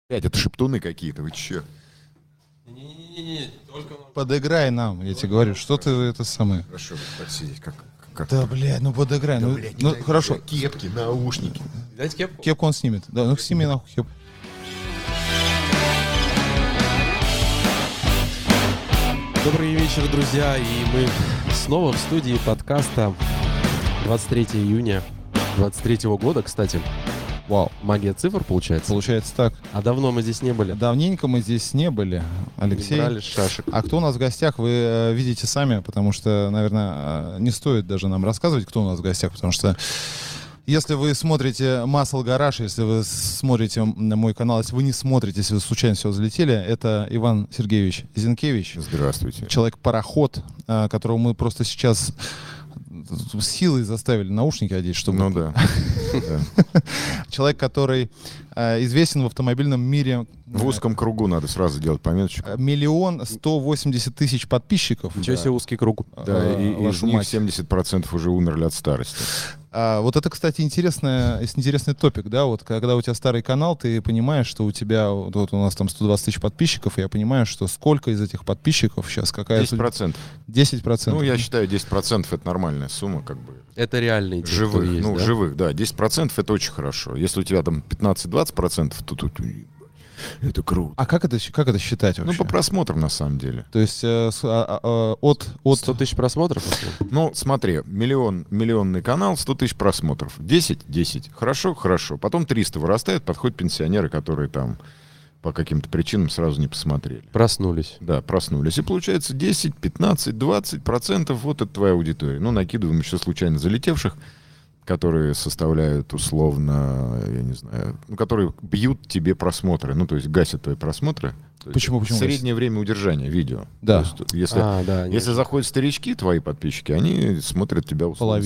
Блядь, это шептуны какие-то, вы че? Не-не-не, только... Подыграй нам, я тебе говорю, что ты это самое. Хорошо, так сидеть, как... Да, блядь, ну подыграй. Да, ну, блядь, ну не хорошо. кепки, наушники. Дайте кепку. Кепку он снимет. Да, ну сними нахуй кепку. Добрый вечер, друзья, и мы снова в студии подкаста 23 июня 23 года, кстати. Вау. Магия цифр, получается? Получается так. А давно мы здесь не были. Давненько мы здесь не были, Алексей. Не брали шашек. А кто у нас в гостях, вы видите сами, потому что, наверное, не стоит даже нам рассказывать, кто у нас в гостях, потому что если вы смотрите Muscle Garage, если вы смотрите на мой канал, если вы не смотрите, если вы случайно все взлетели, это Иван Сергеевич Зинкевич. Здравствуйте. Человек-пароход, которого мы просто сейчас с силой заставили наушники одеть, чтобы... Ну да. Человек, который известен в автомобильном мире... В узком кругу надо сразу делать пометочку. 1 180 000 подписчиков. Ничего себе узкий круг. Да, и из вашу них мать. 70% уже умерли от старости. Вот это, кстати, интересный топик, да, вот когда у тебя старый канал, ты понимаешь, что у тебя, вот у нас там 120 000 подписчиков, и я понимаю, что сколько из этих подписчиков сейчас, какая... 10%. 10%. Ну, я считаю, 10% это нормальная сумма, как бы. Это реальные те, кто Живых, есть, да? живых, да. 10% это очень хорошо. Если у тебя там 15-20%, то тут это круто. А как это считать вообще? Ну, по просмотрам, на самом деле. То есть от 100 тысяч просмотров? Ну, смотри, миллионный канал, 100 000 просмотров. 10. Хорошо. Потом 300 вырастает, подходят пенсионеры, которые там по каким-то причинам сразу не посмотрели. Проснулись. Да, проснулись. И получается 10, 15, 20% вот это твоя аудитория. Ну, накидываем еще случайно залетевших, которые составляют условно, я не знаю, ну, которые бьют тебе просмотры, ну, то есть гасят твои просмотры. Почему? Среднее время удержания видео. Да. То есть, если заходят старички, твои подписчики, они смотрят тебя условно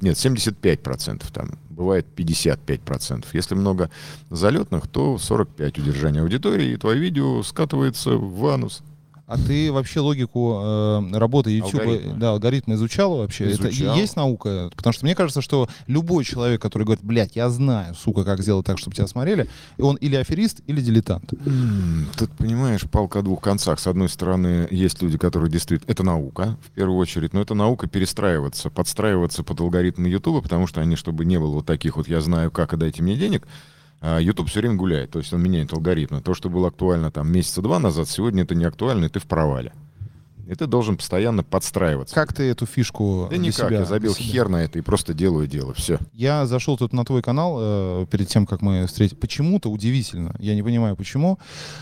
75%, там, бывает 55%. Если много залетных, то 45% удержания аудитории, и твое видео скатывается в анус. А ты вообще логику работы YouTube, алгоритмы изучал вообще? Изучал. Это есть наука? Потому что мне кажется, что любой человек, который говорит, блядь, я знаю, сука, как сделать так, чтобы тебя смотрели, и он или аферист, или дилетант. Тут, понимаешь, палка о двух концах. С одной стороны, есть люди, которые действительно... Это наука, в первую очередь, но это наука перестраиваться, подстраиваться под алгоритмы YouTube, потому что они, чтобы не было вот таких вот «я знаю как, и дайте мне денег», YouTube все время гуляет, то есть он меняет алгоритмы. То, что было актуально там месяца 2 назад, сегодня это не актуально, и ты в провале. И ты должен постоянно подстраиваться. Как ты эту фишку Да для никак, себя? я забил хер на это и просто делаю дело, все. Я зашел тут на твой канал перед тем, как мы встретились. Почему-то удивительно, я не понимаю, почему.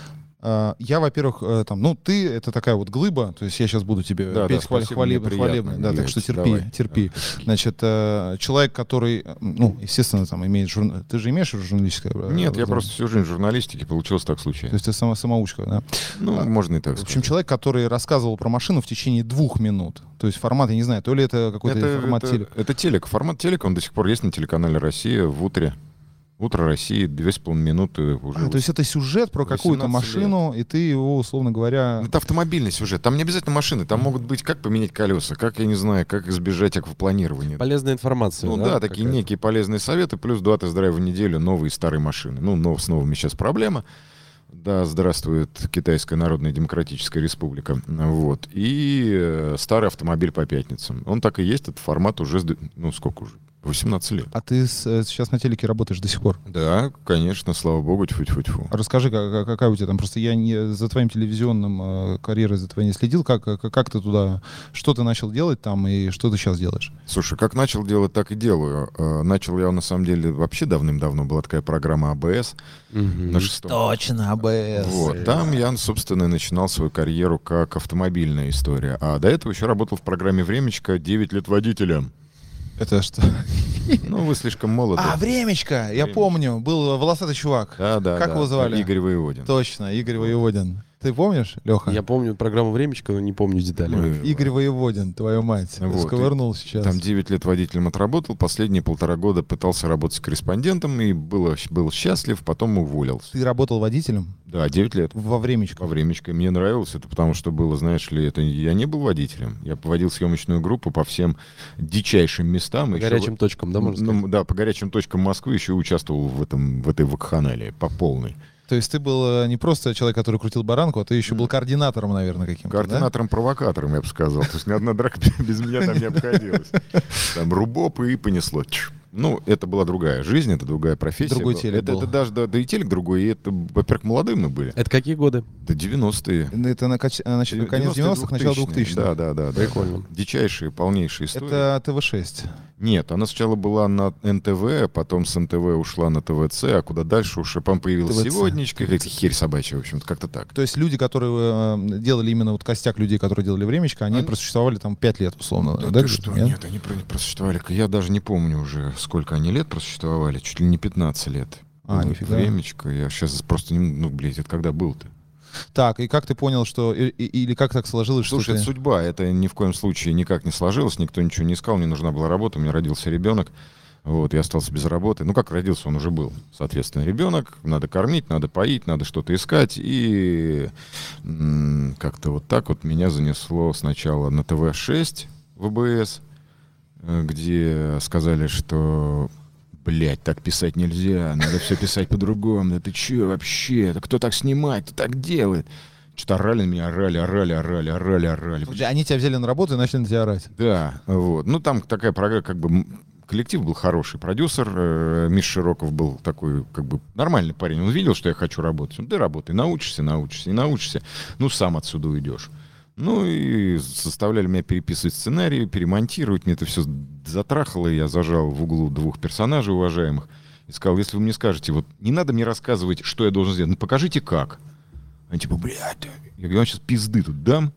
Я, во-первых, ты это такая вот глыба, то есть я сейчас буду тебе петь хвалебно, да, так что терпи. Значит, человек, который, естественно, там имеет ты же имеешь журналистское? Нет, я просто всю жизнь в журналистике, получилось так случайно. То есть ты самоучка, да? Ну, можно и так сказать. В общем, человек, который рассказывал про машину в течение 2 минут. То есть формат, я не знаю, то ли это какой-то формат телека. Это телек. Формат телека, он до сих пор есть на телеканале «Россия» в утре. «Утро России», 2,5 минуты уже. То есть это сюжет про какую-то машину, и ты его, условно говоря... Это автомобильный сюжет. Там не обязательно машины. Там могут быть, как поменять колеса, как, я не знаю, как избежать аквапланирования. Полезная информация, такие некие полезные советы, плюс 2 тест-драйва в неделю, новые и старые машины. С новыми сейчас проблема. Да, здравствует Китайская Народная Демократическая Республика. Вот. И старый автомобиль по пятницам. Он так и есть, этот формат уже, сколько уже? 18 лет. А ты сейчас на телеке работаешь до сих пор? Да, конечно, слава богу, тьфу-тьфу-тьфу. Расскажи, какая у тебя там, просто я за твоим телевизионным карьерой за твоей не следил, как ты туда, что ты начал делать там и что ты сейчас делаешь? Слушай, как начал делать, так и делаю. Начал я, на самом деле, вообще давным-давно, была такая программа АБС на 6-м. Точно, АБС. Вот, там я, собственно, начинал свою карьеру как автомобильная история. А до этого еще работал в программе «Времечко», 9 лет водителем. Это что? Вы слишком молоды. «Времечко», я помню, был волосатый чувак. Да. Как его звали? Игорь Воеводин. Точно, Игорь Воеводин. Ты помнишь, Леха? Я помню программу «Времечко», но не помню детали. Игорь Воеводин, твою мать. Сковырнул сейчас. Там 9 лет водителем отработал, последние 1,5 года пытался работать корреспондентом и был счастлив, потом уволился. Ты работал водителем? Да, 9 лет. Во «Времечко». Во «Времечко». Мне нравилось это, потому что было, знаешь ли, я не был водителем. Я поводил съемочную группу по всем дичайшим местам. По горячим точкам, да, можно сказать? Да, по горячим точкам Москвы еще участвовал в этой вакханалии по полной. То есть ты был не просто человек, который крутил баранку, а ты еще был координатором, наверное, каким-то, координатором-провокатором, я бы сказал. То есть ни одна драка без меня там не обходилась. Там рубоп и понесло. Ну, это была другая жизнь, это другая профессия. Другой телек был. Это даже, да и телек другой, и это, во-первых, молодые мы были. Это какие годы? Да 90-е. Это значит, конец 90-х, начало 2000-х. Да. Прикольно. Дичайшие, полнейшие истории. Это ТВ-6. Нет, она сначала была на НТВ, потом с НТВ ушла на ТВЦ, а куда дальше уж, потом появилась сегодняшка, какая-то херь собачья, в общем-то, как-то так. То есть люди, которые делали именно вот костяк людей, которые делали «Времечко», они просуществовали там 5 лет, условно. Да ты что? Нет, они просуществовали. Я даже не помню уже, сколько они лет просуществовали, чуть ли не 15 лет. Нифига. «Времечко», я сейчас просто не... это когда был-то? Так, и как ты понял, что... Или как так сложилось, Слушай, что это судьба. Это ни в коем случае никак не сложилось. Никто ничего не искал. Мне нужна была работа. У меня родился ребенок. Вот, я остался без работы. Ну, как родился, он уже был. Соответственно, ребенок. Надо кормить, надо поить, надо что-то искать. И как-то вот так вот меня занесло сначала на ТВ-6 ВБС, где сказали, что... Блять, так писать нельзя, надо все писать по-другому. Да ты че вообще? Да кто так снимает, кто так делает? Что-то орали на меня, орали. Они тебя взяли на работу и начали на тебя орать. Да, вот. Ну, там такая программа, как бы, коллектив был хороший. Продюсер Миша Широков был такой, как бы, нормальный парень. Он видел, что я хочу работать. Ну, ты работай, научишься. Ну, сам отсюда уйдешь. Ну, и заставляли меня переписывать сценарии, перемонтировать. Мне это все затрахало, и я зажал в углу 2 персонажей уважаемых. И сказал, если вы мне скажете, вот не надо мне рассказывать, что я должен сделать, ну покажите как. Они типа, блядь, я говорю, я сейчас пизды тут дам.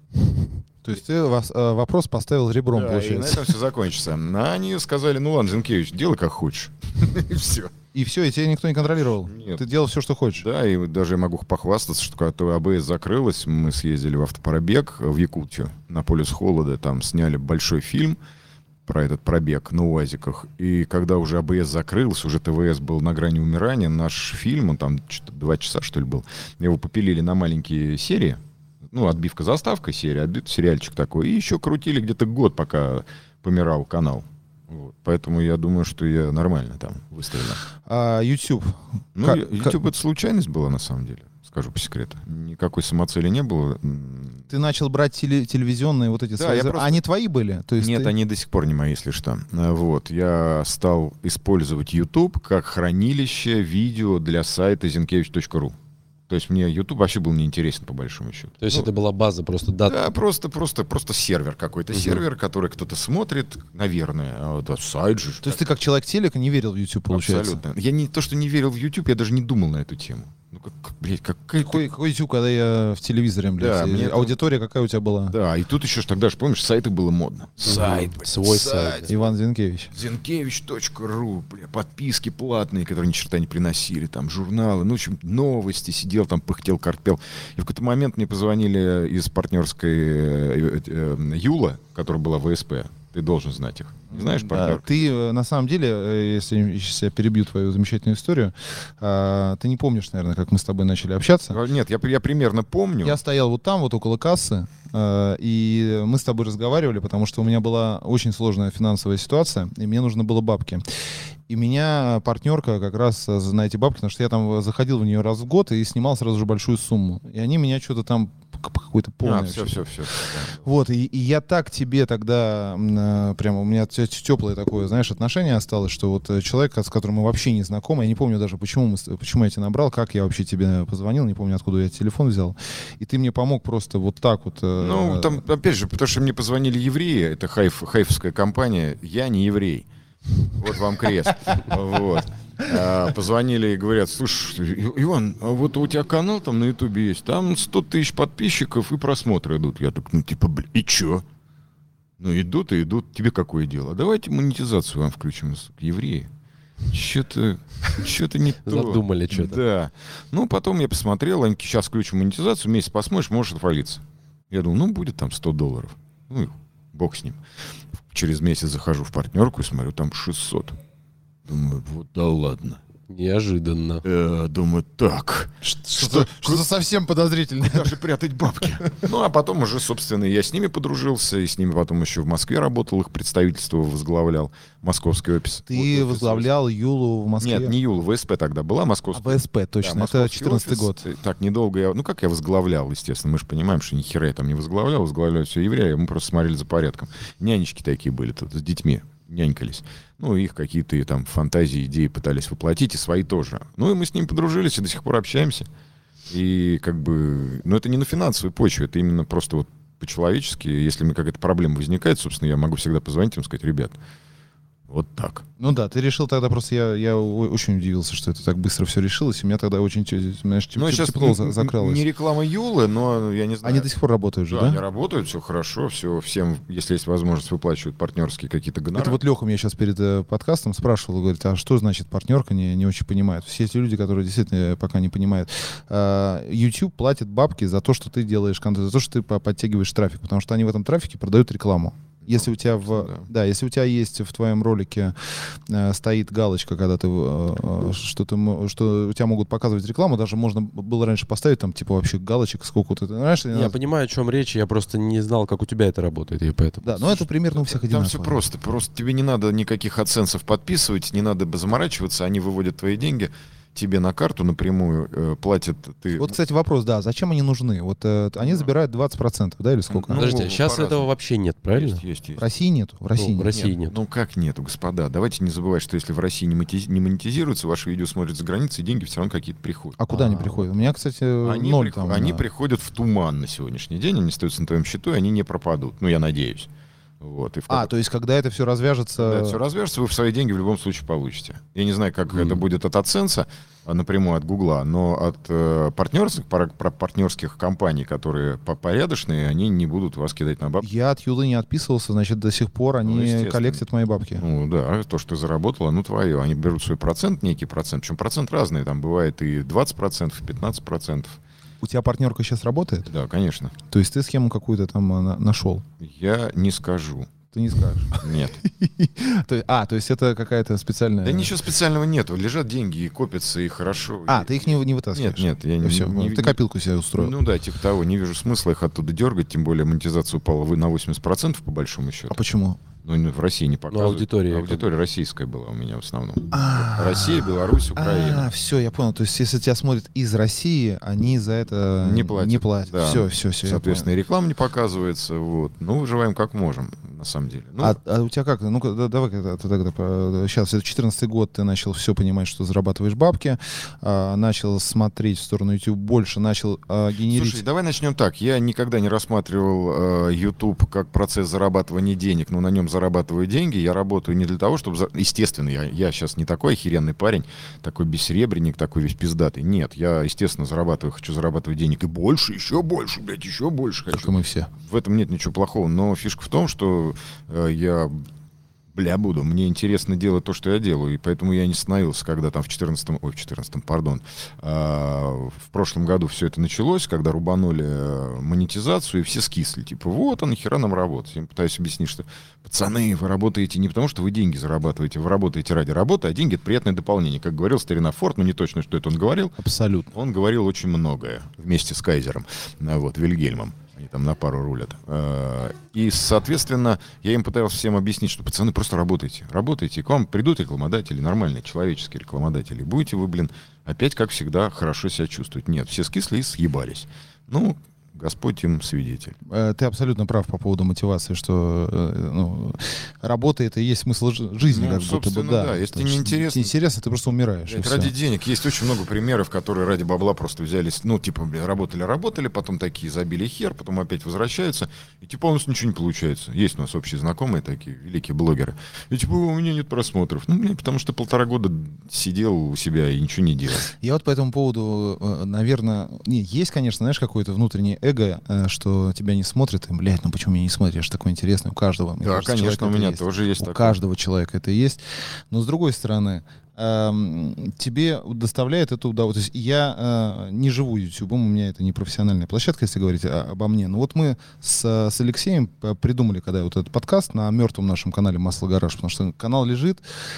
То есть ты вопрос поставил ребром, да, получается. И на этом все закончится. А они сказали, ну ладно, Зинкевич, делай как хочешь. И все. И все, и тебя никто не контролировал? Нет. Ты делал все, что хочешь? Да, и даже я могу похвастаться, что когда АБС закрылась, мы съездили в автопробег в Якутию, на полюс холода, там сняли большой фильм про этот пробег на УАЗиках. И когда уже АБС закрылся, уже ТВС был на грани умирания, наш фильм, он там 2 часа, что ли, был, его попилили на маленькие серии, ну, отбивка-заставка серия, сериальчик такой, и еще крутили где-то год, пока помирал канал. Вот. Поэтому я думаю, что я нормально там выстрелил. А YouTube? Ну, YouTube это случайность была, на самом деле, скажу по секрету. Никакой самоцели не было. Ты начал брать телевизионные вот эти... Да, просто... Они твои были? То есть Нет, они до сих пор не мои, если что. Вот. Я стал использовать YouTube как хранилище видео для сайта zinkevich.ru. То есть мне YouTube вообще был неинтересен, по большому счету. То есть это была база просто дата? Да, просто сервер какой-то. Сервер, который кто-то смотрит, наверное. А да, сайт же. То есть ты как человек телека не верил в YouTube, получается? Абсолютно. Я не то, что не верил в YouTube, я даже не думал на эту тему. Ну, блядь, какой YouTube, когда я в телевизоре, блядь? Да, аудитория какая у тебя была? Да, и тут еще тогда же, помнишь, сайты было модно. Сайт, блядь, свой сайт. Иван Зинкевич. Zinkevich.ru, бля, подписки платные, которые ни черта не приносили, там, журналы, ну, в общем, новости, сидел там, пыхтел, корпел. И в какой-то момент мне позвонили из партнерской Юла, которая была в ВСП. Ты должен знать их. Не знаешь, партнер? Ты, на самом деле, если сейчас я перебью твою замечательную историю, ты не помнишь, наверное, как мы с тобой начали общаться? Нет, я примерно помню. Я стоял вот там, вот около кассы, и мы с тобой разговаривали, потому что у меня была очень сложная финансовая ситуация, и мне нужно было бабки. И меня партнерка как раз на эти бабки, потому что я там заходил в нее раз в год и снимал сразу же большую сумму. И они меня что-то там какой-то полный. Все. Вот, и я так тебе тогда, прямо у меня теплое такое, знаешь, отношение осталось, что вот человек, с которым мы вообще не знакомы, я не помню даже, почему я тебя набрал, как я вообще тебе позвонил, не помню, откуда я телефон взял, и ты мне помог просто вот так вот. Ну, там, опять же, потому что мне позвонили евреи, это хайфовская компания, я не еврей. Вот вам крест. Вот. Позвонили и говорят, слушай, Иван, а вот у тебя канал там на Ютубе есть, там 100 тысяч подписчиков и просмотры идут. Я так, ну типа, блин, и чё? Ну идут и идут, тебе какое дело? Давайте монетизацию вам включим, евреи. Что-то не то. Задумали что-то. Да. Ну, потом я посмотрел, они сейчас включим монетизацию, месяц посмотришь, можешь отвалиться. Я думал, ну, будет там $100. Ну, бог с ним. Через месяц захожу в партнерку и смотрю, там 600. Думаю, вот да ладно. Неожиданно. Думаю, так. Что совсем подозрительно. Куда же прятать бабки? Ну, а потом уже, собственно, я с ними подружился, и с ними потом еще в Москве работал, их представительство возглавлял, московский офис. Ты возглавлял Юлу в Москве? Нет, не Юла, ВСП тогда была, московская. ВСП, точно, да, это 14-й год. Так, недолго я... Ну, как я возглавлял, естественно, мы же понимаем, что ни хера я там не возглавлял все евреи, мы просто смотрели за порядком. Нянечки такие были тут, с детьми нянькались. Ну, их какие-то там фантазии, идеи пытались воплотить, и свои тоже. Ну, и мы с ними подружились, и до сих пор общаемся. И как бы... Ну, это не на финансовой почве, это именно просто вот по-человечески. Если мне какая-то проблема возникает, собственно, я могу всегда позвонить им и сказать: ребят, вот так. Ну да, ты решил тогда просто, я очень удивился, что это так быстро все решилось, и меня тогда очень, знаешь, тепло закралось. Не реклама Юлы, но я не знаю. Они до сих пор работают же, да? Они работают, все хорошо, все, всем, если есть возможность, выплачивают партнерские какие-то гонорары. Это вот Леха меня сейчас перед подкастом спрашивал, говорит, а что значит партнерка, не очень понимают. Все эти люди, которые действительно пока не понимают. YouTube платит бабки за то, что ты делаешь контент, за то, что ты подтягиваешь трафик, потому что они в этом трафике продают рекламу. Если у тебя если у тебя есть в твоем ролике стоит галочка, когда ты что у тебя могут показывать рекламу, даже можно было раньше поставить там типа вообще галочек, сколько ты знаешь. Я понимаю, о чем речь, я просто не знал, как у тебя это работает, и поэтому. Да, но это примерно у всех одинаково. Там все просто тебе не надо никаких AdSense подписывать, не надо заморачиваться, они выводят твои деньги тебе на карту напрямую, платят ты. Вот, кстати, вопрос, да, зачем они нужны? Вот они забирают 20%, да, или сколько? Подожди, сейчас этого вообще нет, правильно? Есть. В России нету? В России нет. Ну как нету, господа? Давайте не забывать, что если в России не монетизируется, ваши видео смотрят за границей, деньги все равно какие-то приходят. А куда они приходят? У меня, кстати, ноль там. Они приходят в туман на сегодняшний день, они остаются на твоем счету, и они не пропадут. Ну, я надеюсь. Вот, и то есть, когда это все развяжется... Когда это все развяжется, вы свои деньги в любом случае получите. Я не знаю, как это будет от AdSense, напрямую от Гугла, но от партнерских компаний, которые порядочные, они не будут вас кидать на бабки. Я от Юлы не отписывался, значит, до сих пор они коллектят мои бабки. Ну да, то, что ты заработала, твое. Они берут свой процент, некий процент, причем процент разный, там бывает и 20%, 15%. У тебя партнерка сейчас работает? Да, конечно. То есть ты схему какую-то там нашел? Я не скажу. Ты не скажешь? Нет. То есть это какая-то специальная... Да ничего специального нету. Лежат деньги и копятся, и хорошо. Ты их не вытаскиваешь? Нет, я не... Ты копилку себе устроил? Ну да, типа того. Не вижу смысла их оттуда дергать, тем более монетизация упала на 80% по большому счету. А почему? Ну, в России не показывают. Аудитория российская была у меня в основном. Россия, Беларусь, Украина. Все, я понял. То есть, если тебя смотрят из России, они за это не платят. Да. Все. Соответственно, и реклама не показывается. Вот. Ну, выживаем как можем, на самом деле. А у тебя как? Ну-ка, давай тогда. Сейчас, это 14-й год, ты начал все понимать, что зарабатываешь бабки, начал смотреть в сторону YouTube больше, начал генерить. Слушай, давай начнем так. Я никогда не рассматривал YouTube как процесс зарабатывания денег, но на нем зарабатываю деньги. Я работаю не для того, чтобы... Естественно, я сейчас не такой охеренный парень, такой бессребренник, такой весь пиздатый. Нет, я, естественно, хочу зарабатывать денег и больше, еще больше, блядь, еще больше хочу. Как и мы все. В этом нет ничего плохого. Но фишка в том, что я... буду. Мне интересно делать то, что я делаю, и поэтому я не становился, когда там в прошлом году все это началось, когда рубанули монетизацию, и все скисли. Типа, вот, а нахера нам работать? Я пытаюсь объяснить, что, пацаны, вы работаете не потому, что вы деньги зарабатываете, вы работаете ради работы, а деньги — это приятное дополнение. Как говорил старина Форд, но не точно, что это он говорил. Абсолютно. Он говорил очень многое вместе с Кайзером, Вильгельмом. Они там на пару рулят. И, соответственно, я им пытался всем объяснить, что, пацаны, просто работайте. Работайте, к вам придут рекламодатели, нормальные, человеческие рекламодатели. Будете вы, опять, как всегда, хорошо себя чувствовать. Нет, все скисли и съебались. Ну, Господь им свидетель. Ты абсолютно прав по поводу мотивации, что работа — это и есть смысл жизни. Ну, собственно, да. Если тебе не интересно... Тебе интересно, ты просто умираешь. Ради денег. Есть очень много примеров, которые ради бабла просто взялись, работали, потом такие забили хер, потом опять возвращаются, и у нас ничего не получается. Есть у нас общие знакомые такие, великие блогеры. И у меня нет просмотров. Потому что 1,5 года сидел у себя и ничего не делал. Я вот по этому поводу, наверное... есть, конечно, знаешь, какое-то внутреннее эго, что тебя не смотрят, и, блядь, почему меня не смотришь? Такое интересное у каждого. Да, кажется, конечно, у меня тоже есть такое. У каждого человека это есть. Но, с другой стороны, тебе доставляет это удовольствие. То есть я не живу ютубом, у меня это не профессиональная площадка, если говорить обо мне. Но вот мы с Алексеем придумали, когда вот этот подкаст на мертвом нашем канале «Масло Гараж», потому что канал лежит,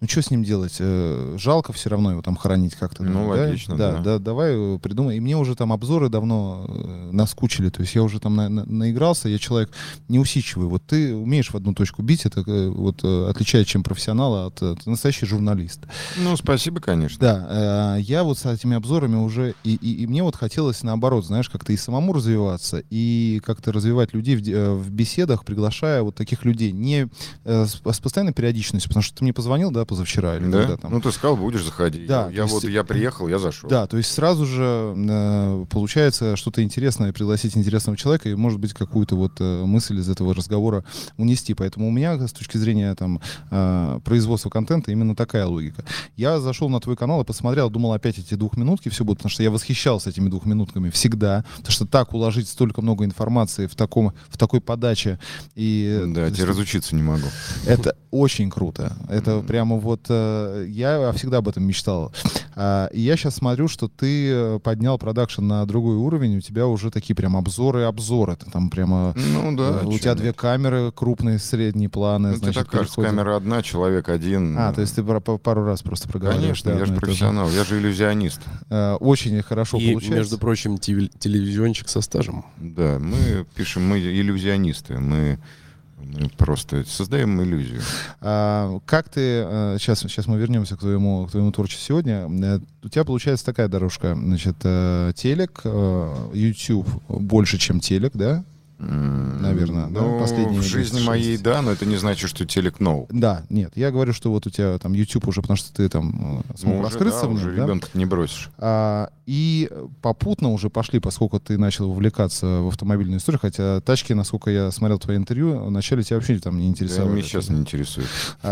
Ну, что с ним делать? Жалко все равно его там хоронить как-то. Ну, логично, да. Давай придумай. И мне уже там обзоры давно наскучили. То есть я уже там наигрался, я человек неусидчивый. Вот ты умеешь в одну точку бить, это вот отличает, чем профессионала от настоящий журналист. Ну, спасибо, конечно. Да, я вот с этими обзорами уже... И мне вот хотелось, наоборот, знаешь, как-то и самому развиваться, и как-то развивать людей в беседах, приглашая вот таких людей. Не с постоянной периодичностью, потому что ты мне позвонил, да, позавчера. Или да? Когда там. Ну, ты сказал, будешь заходить. Да, я приехал, я зашел. Да, то есть сразу же получается что-то интересное, пригласить интересного человека и, может быть, какую-то вот мысль из этого разговора унести. Поэтому у меня с точки зрения там производства контента именно такая логика. Я зашел на твой канал и посмотрел, думал, опять эти 2-минутки все будут, потому что я восхищался этими 2-минутками всегда, потому что так уложить столько много информации в такой подаче. Да, тебе разучиться не могу. Это очень круто. Это прямо вот... Я всегда об этом мечтал. И я сейчас смотрю, что ты поднял продакшн на другой уровень, у тебя уже такие прям обзоры. Ты там прямо... Ну да. У тебя 2 камеры, крупные, средние планы. Ну, тебе так кажется, камера одна, человек один. То есть ты пару раз просто проговорил. Конечно, я же профессионал, я же иллюзионист. Очень хорошо получается. И, между прочим, телевизионщик со стажем. Да, мы иллюзионисты, мы просто создаем иллюзию. Как ты... Сейчас мы вернемся к твоему творчеству сегодня. У тебя получается такая дорожка. Значит, телек, YouTube больше, чем телек, да? Наверное, ну, да? Последние в жизни моей, да, но это не значит, что телек ноу. Да, нет, я говорю, что вот у тебя там YouTube уже, потому что ты там смог раскрыться. Уже ребенка не бросишь. И попутно уже пошли, поскольку ты начал увлекаться в автомобильную историю, хотя тачки, насколько я смотрел твои интервью, вначале тебя вообще там не интересовали. Меня сейчас не интересует.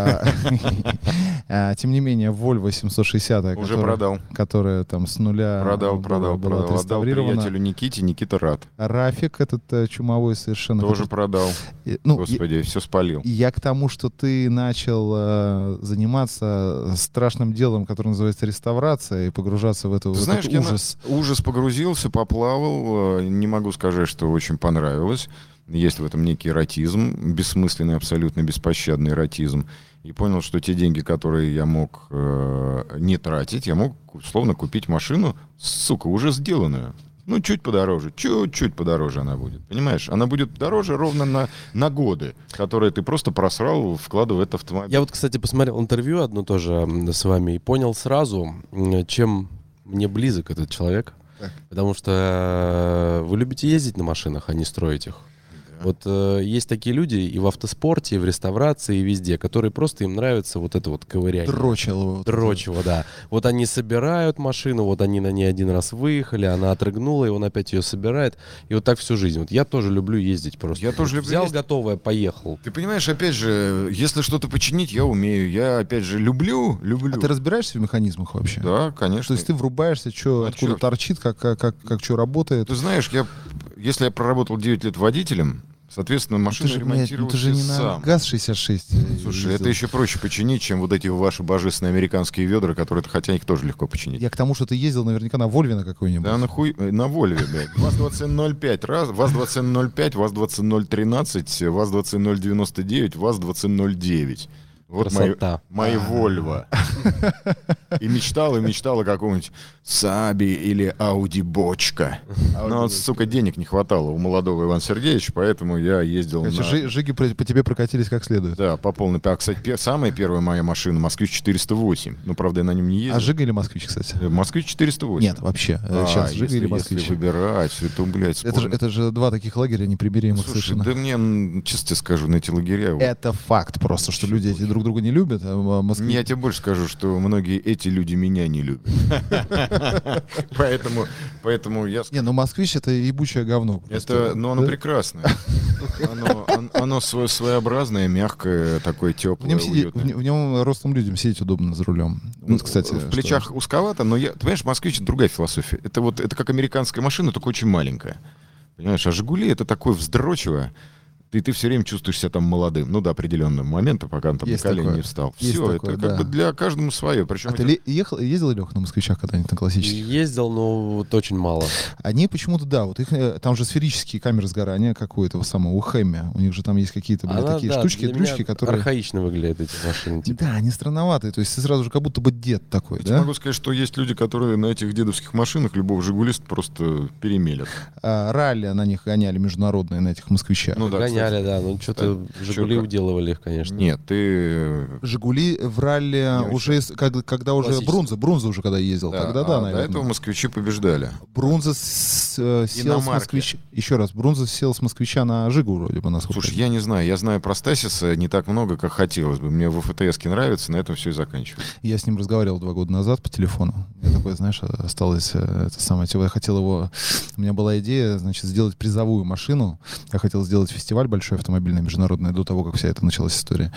Тем не менее, Volvo 760, уже продал, которая там с нуля была отреставрирована. Отдал приятелю Никите, Никита рад. Рафик этот чумовой совершенно. Тоже продал. Господи, все спалил. Я к тому, что ты начал заниматься страшным делом, которое называется реставрация, и погружаться в этот ужас. Ужас погрузился, поплавал. Не могу сказать, что очень понравилось. Есть в этом некий эротизм, бессмысленный, абсолютно беспощадный эротизм. И понял, что те деньги, которые я мог не тратить, я мог, условно, купить машину, сука, уже сделанную. Ну, чуть подороже она будет. Понимаешь? Она будет дороже ровно на годы, которые ты просто просрал, вкладывая в этот автомобиль. Я вот, кстати, посмотрел интервью одно тоже с вами и понял сразу, чем мне близок этот человек. Так. Потому что вы любите ездить на машинах, а не строить их. Вот есть такие люди и в автоспорте, и в реставрации, и везде, которые просто им нравится вот это вот ковыряние. Дрочево, да. Вот они собирают машину, вот они на ней один раз выехали, она отрыгнула, и он опять ее собирает. И вот так всю жизнь. Вот я тоже люблю ездить просто. Я тоже люблю взял ездить. Готовое, поехал. Ты понимаешь, опять же, если что-то починить, я умею. Я, опять же, люблю. А ты разбираешься в механизмах вообще? Да, конечно. То есть ты врубаешься, откуда торчит, как что работает? Ты знаешь, если я проработал 9 лет водителем, соответственно, машину ремонтировал ты же не сам. На ГАЗ-66. Слушай, это еще проще починить, чем вот эти ваши божественные американские ведра, которые, хотя их тоже легко починить. Я к тому, что ты ездил наверняка на Вольве на какой-нибудь. Да, на Вольве, блядь. ВАЗ-2105, ВАЗ-2105, ВАЗ-2013, ВАЗ-20099, ВАЗ-2009. Вот мои Вольво. И мечтал о каком-нибудь Саби или Ауди Бочка. Но, сука, денег не хватало у молодого Ивана Сергеевича, поэтому я ездил на... Жиги по тебе прокатились как следует. Да, по полной. Кстати, самая первая моя машина — Москвич-408. Ну, правда, я на нем не ездил. А Жига или Москвич, кстати? Москвич-408. Нет, вообще. Сейчас Жига или Москвич? Если выбирать, то, блядь, это же два таких лагеря непримиримых совершенно. Да мне, честно тебе скажу, на эти лагеря... Это факт просто, что люди эти друг друга не любят. Я тебе больше скажу, что многие эти люди меня не любят. Поэтому я... Не, ну «Москвич» — это ебучее говно. Но оно прекрасное. Оно своеобразное, мягкое, такое теплое, уютное. В нем рослым людям сидеть удобно за рулем. Вот, кстати, в плечах узковато, но ты понимаешь, «Москвич» — это другая философия. Это как американская машина, только очень маленькая. Понимаешь, а «Жигули» — это такое вздрочево. ты все время чувствуешь себя там молодым, ну, до определенного момента, пока он там Есть на колени такое. не встал. Есть Все, такое, это как бы для каждого свое. Причем ты ездил, Лех, на москвичах когда-нибудь на классических? Ездил, но вот очень мало. Они почему-то, да, вот их, там же сферические камеры сгорания, как у этого самого, у Хэмми. У них же там есть какие-то такие штучки, дрючки, которые... архаично выглядят эти машины. Типа. Да, они странноватые. То есть ты сразу же как будто бы дед такой, я могу сказать, что есть люди, которые на этих дедовских машинах любого жигулиста просто перемелят. Ралли на них гоняли международные, на этих москвичах. Ну, да, гоняли, кстати. да. Ну, что-то «Жигули» уделывали их, конечно. Нет, ты... «Жигули» в ралли уже, когда уже Брунзе уже когда ездил, тогда да, наверное. До этого москвичи побеждали. Брунзе сел с москвича... Еще раз, Брунзе сел с москвича на «Жигу» вроде бы, насколько. Слушай, я не знаю. Я знаю про Стасиса не так много, как хотелось бы. Мне в ФТС-ке нравится, на этом все и заканчивается. Я с ним разговаривал 2 года назад по телефону. Я такой, знаешь, осталось это самое... Я хотел его... У меня была идея, значит, сделать призовую машину. Я хотел сделать фестиваль большой автомобильный, международный, до того, как вся эта началась история.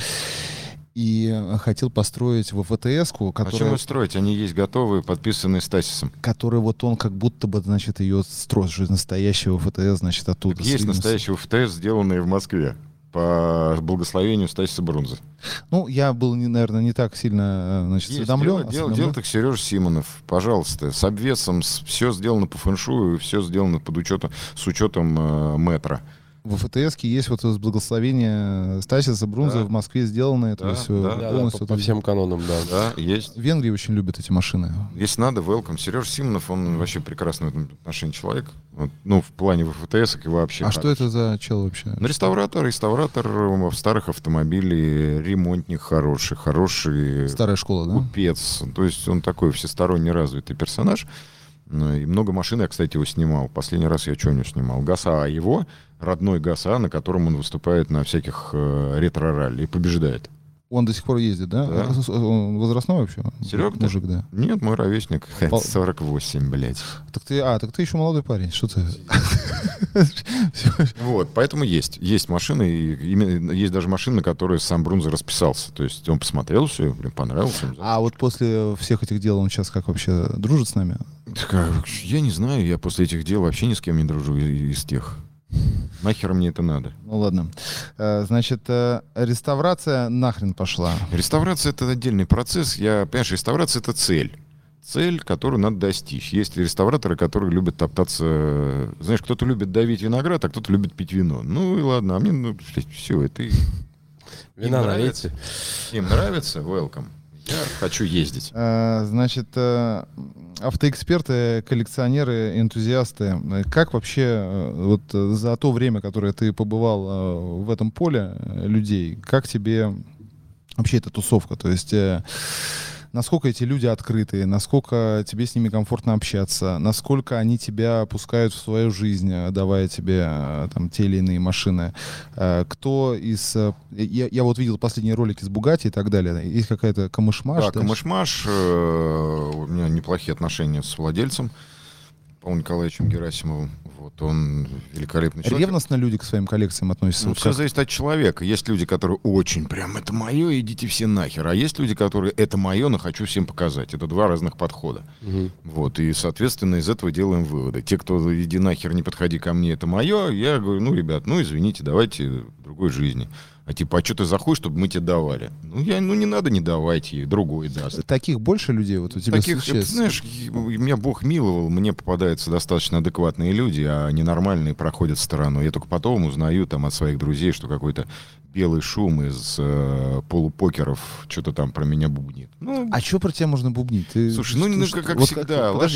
И хотел построить в ВТС-ку, которая... А чем строить? Они есть готовые, подписанные Стасисом. Который вот он как будто бы, значит, ее строит, настоящего ФТС, значит, оттуда. Так есть настоящего ФТС, сделанные в Москве по благословению Стасиса Брунзе. Ну, я был, наверное, не так сильно, значит, осведомлен. Делал так Сережа Симонов, пожалуйста, с обвесом, все сделано по фэншую, все сделано с учетом метра. В ФТС-ке есть вот это благословение Стасиса Брунзе, в Москве сделано это полностью по всем канонам, да, есть. В Венгрии очень любят эти машины. Если надо, welcome. Сережа Симонов, он вообще прекрасный в этом отношении человек. Вот, ну, в плане ФТС и вообще. А что это за чел вообще? Реставратор старых автомобилей, ремонтник хороший. Старая школа, да? Купец. То есть он такой всесторонне развитый персонаж. И много машин я, кстати, его снимал. Последний раз я что у него снимал? ГАЗа его, родной ГАЗа, на котором он выступает на всяких ретро-ралли и побеждает. Он до сих пор ездит, да? Он возрастной вообще? Серега? Мужик, да. Нет, мой ровесник. 48, блядь. Так ты еще молодой парень. Что ты? Вот, поэтому есть машины, и есть даже машины, на которые сам Брунзе расписался. То есть он посмотрел все, понравилось. А вот после всех этих дел он сейчас как вообще дружит с нами? Я не знаю, я после этих дел вообще ни с кем не дружу из тех. Нахер мне это надо? Ну ладно. Значит, реставрация нахрен пошла. Реставрация — это отдельный процесс. Понимаешь, реставрация — это цель. Цель, которую надо достичь. Есть реставраторы, которые любят топтаться... Знаешь, кто-то любит давить виноград, а кто-то любит пить вино. Ну и ладно, а мне все, это... Вина налейте. Им нравится? Welcome. Я хочу ездить. Значит, автоэксперты, коллекционеры, энтузиасты, как вообще вот за то время, которое ты побывал в этом поле людей, как тебе вообще эта тусовка? То есть насколько эти люди открытые, насколько тебе с ними комфортно общаться, насколько они тебя пускают в свою жизнь, давая тебе там те или иные машины. Кто из... Я вот видел последние ролики с Бугатти и так далее. Есть какая-то камышмаш? Да, камышмаш. У меня неплохие отношения с владельцем, Павлом Николаевичем Герасимовым. Вот, он великолепный человек. Ревностно люди к своим коллекциям относятся? Ну, все зависит от человека. Есть люди, которые очень прям, это мое, идите все нахер. А есть люди, которые, это мое, но хочу всем показать. Это 2 разных подхода. Вот, и, соответственно, из этого делаем выводы. Те, кто, иди нахер, не подходи ко мне, это мое, я говорю, ну, ребят, ну, извините, давайте в другой жизни. А типа, а что ты заходишь, чтобы мы тебе давали? Ну, не надо, не давайте, другой даст. Таких больше людей вот у тебя случается? Знаешь, меня Бог миловал, мне попадаются достаточно адекватные люди, а ненормальные проходят стороной. Я только потом узнаю там от своих друзей, что какой-то белый шум из полупокеров что-то там про меня бубнит. А что про тебя можно бубнить? Слушай, как всегда. Подожди,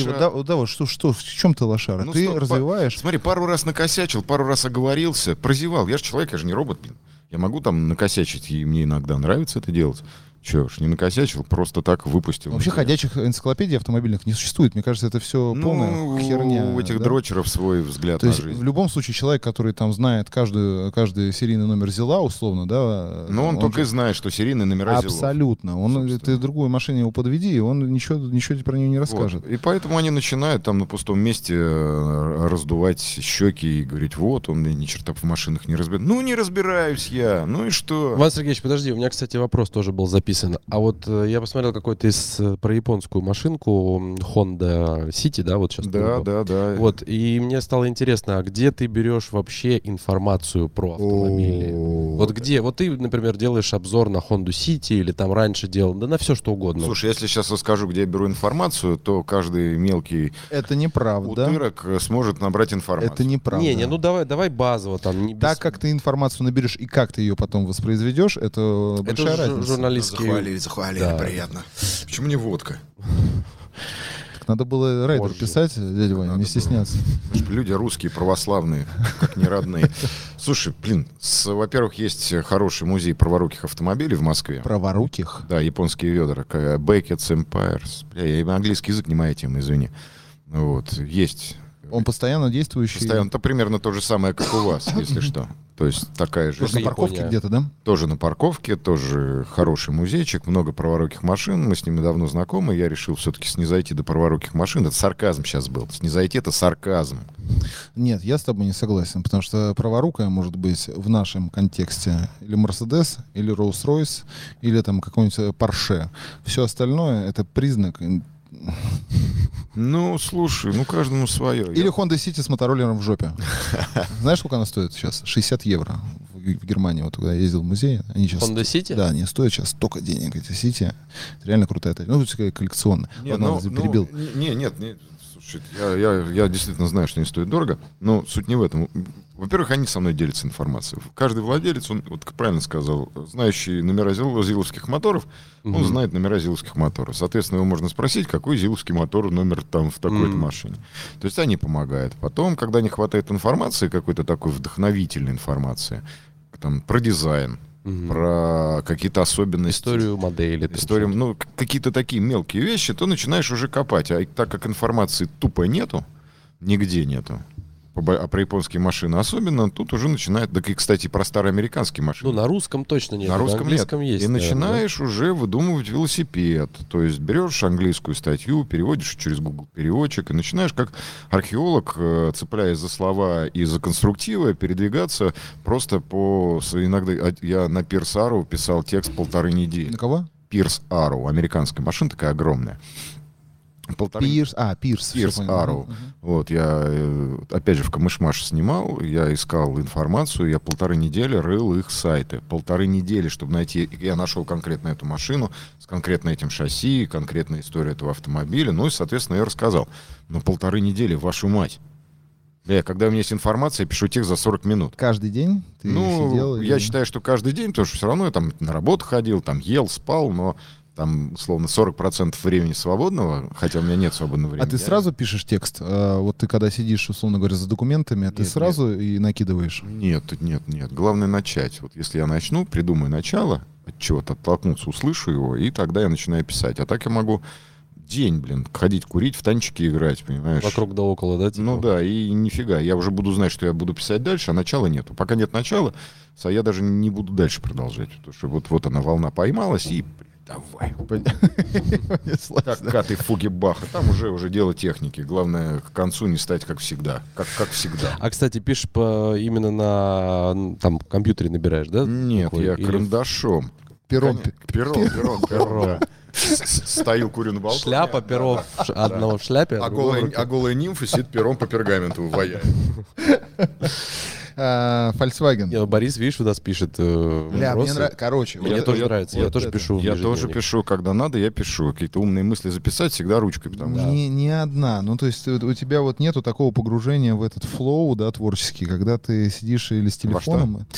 в чем ты лошара? Ты развиваешь? Смотри, пару раз накосячил, пару раз оговорился, прозевал. Я же человек, я же не робот, блин. Я могу там накосячить, и мне иногда нравится это делать. Че ж, не накосячил, просто так выпустил. Вообще ходячих энциклопедий автомобильных не существует. Мне кажется, это все полная херня. У этих дрочеров свой взгляд на жизнь. То есть в любом случае человек, который там знает каждый серийный номер ЗИЛа, условно, да. Но он только и знает, что серийные номера ЗИЛов. Абсолютно. Ты другую машину его подведи, и он ничего про нее не расскажет. Вот. И поэтому они начинают там на пустом месте раздувать щеки и говорить, вот, он ни черта в машинах не разбирается. Ну, не разбираюсь я, ну и что? Иван Сергеевич, подожди, у меня, кстати, вопрос тоже был записан записан. А вот я посмотрел какой-то про японскую машинку Honda City, да, вот сейчас. Да. Вот, и мне стало интересно, а где ты берешь вообще информацию про автомобили? Вот где? Вот ты, например, делаешь обзор на Honda City или там раньше делал, да на все что угодно. Слушай, если сейчас расскажу, где я беру информацию, то каждый мелкий это неправда. Утырок сможет набрать информацию. Это неправда. Не, ну давай базово там. Не без... Так как ты информацию наберешь и как ты ее потом воспроизведешь, это большая разница. Журналистские... Захвалили, да. Приятно. Почему не водка? Так надо было рейдер писать, дядя Ваня, не стесняться. Люди русские, православные, как не родные. Слушай, блин, во-первых, есть хороший музей праворуких автомобилей в Москве. Праворуких? Да, японские ведра. Beckett's Empires. Я английский язык не моя тема, извини. Вот, есть... Он постоянно действующий? Постоянно. Это примерно то же самое, как у вас, если что. То есть такая же... Тоже на парковке где-то, да? Тоже на парковке, тоже хороший музейчик, много праворуких машин. Мы с ними давно знакомы. Я решил все-таки снизойти до праворуких машин. Это сарказм сейчас был. Снизойти — это сарказм. Нет, я с тобой не согласен, потому что праворукая может быть в нашем контексте или Мерседес, или Rolls-Royce, или там какой-нибудь Porsche. Все остальное — это признак... Ну, слушай, каждому свое. Или Honda City с мотороллером в жопе. Знаешь, сколько она стоит сейчас? 60 евро в Германии. Вот когда я ездил в музей. Они сейчас, Honda City? Да, они стоят сейчас столько денег, эти City. Это реально крутая тачка. Ну, это коллекционная. Перебил. Нет. Слушай, я действительно знаю, что они стоят дорого, но суть не в этом. Во-первых, они со мной делятся информацией. Каждый владелец, он, вот как правильно сказал, знающий номера зиловских моторов, он знает номера зиловских моторов. Соответственно, его можно спросить, какой зиловский мотор номер там в такой-то машине. То есть они помогают. Потом, когда не хватает информации, какой-то такой вдохновительной информации, там, про дизайн, про какие-то особенности. Историю модели. Какие-то такие мелкие вещи, то начинаешь уже копать. А так как информации тупо нету, нигде нету, а про японские машины особенно, тут уже начинает... Да и, кстати, про старые американские машины. На русском точно нет. На русском английском нет. Есть. И начинаешь уже выдумывать велосипед. То есть берешь английскую статью, переводишь через Google переводчик и начинаешь как археолог, цепляясь за слова и за конструктивы, передвигаться просто по... Иногда я на Pierce Arrow писал текст 1,5 недели. На кого? Pierce Arrow. Американская машина такая огромная. Pierce Arrow. Вот, я, опять же, в Камыш-Маш снимал, я искал информацию, я 1,5 недели рыл их сайты. 1,5 недели, чтобы найти... Я нашел конкретно эту машину, с конкретно этим шасси, конкретная история этого автомобиля. Ну и, соответственно, я рассказал. Но 1,5 недели, вашу мать. Когда у меня есть информация, я пишу текст за 40 минут. Каждый день ты сидел? Я считаю, что каждый день, потому что все равно я там на работу ходил, там ел, спал, но... Там, условно, 40% времени свободного, хотя у меня нет свободного времени. А ты сразу пишешь текст? Вот ты когда сидишь, условно говоря, за документами, ты сразу и накидываешь? Нет. Главное начать. Вот если я начну, придумаю начало, от чего-то оттолкнуться, услышу его, и тогда я начинаю писать. А так я могу день, ходить курить, в танчики играть, понимаешь? Вокруг да около, да? Типа? Ну да, и нифига. Я уже буду знать, что я буду писать дальше, а начала нету. Пока нет начала, я даже не буду дальше продолжать. Потому что вот она, волна поймалась, и... Давай. Как каты фуги Баха. Там уже дело техники. Главное, к концу не стать как всегда. Как всегда. А, кстати, пишешь именно на там компьютере набираешь, да? Нет, я карандашом. Пером. Да. Стою, курю на балконе. Шляпа, перо одного в шляпе. А голая нимфа сидит пером по пергаменту ваяет. Volkswagen. Борис, видишь, у нас пишет. Короче. Мне тоже нравится. Я тоже пишу. Я тоже пишу, когда надо, я пишу. Какие-то умные мысли записать всегда ручкой. Не одна. Ну, то есть у тебя вот нету такого погружения в этот флоу, да, творческий, когда ты сидишь или с телефоном.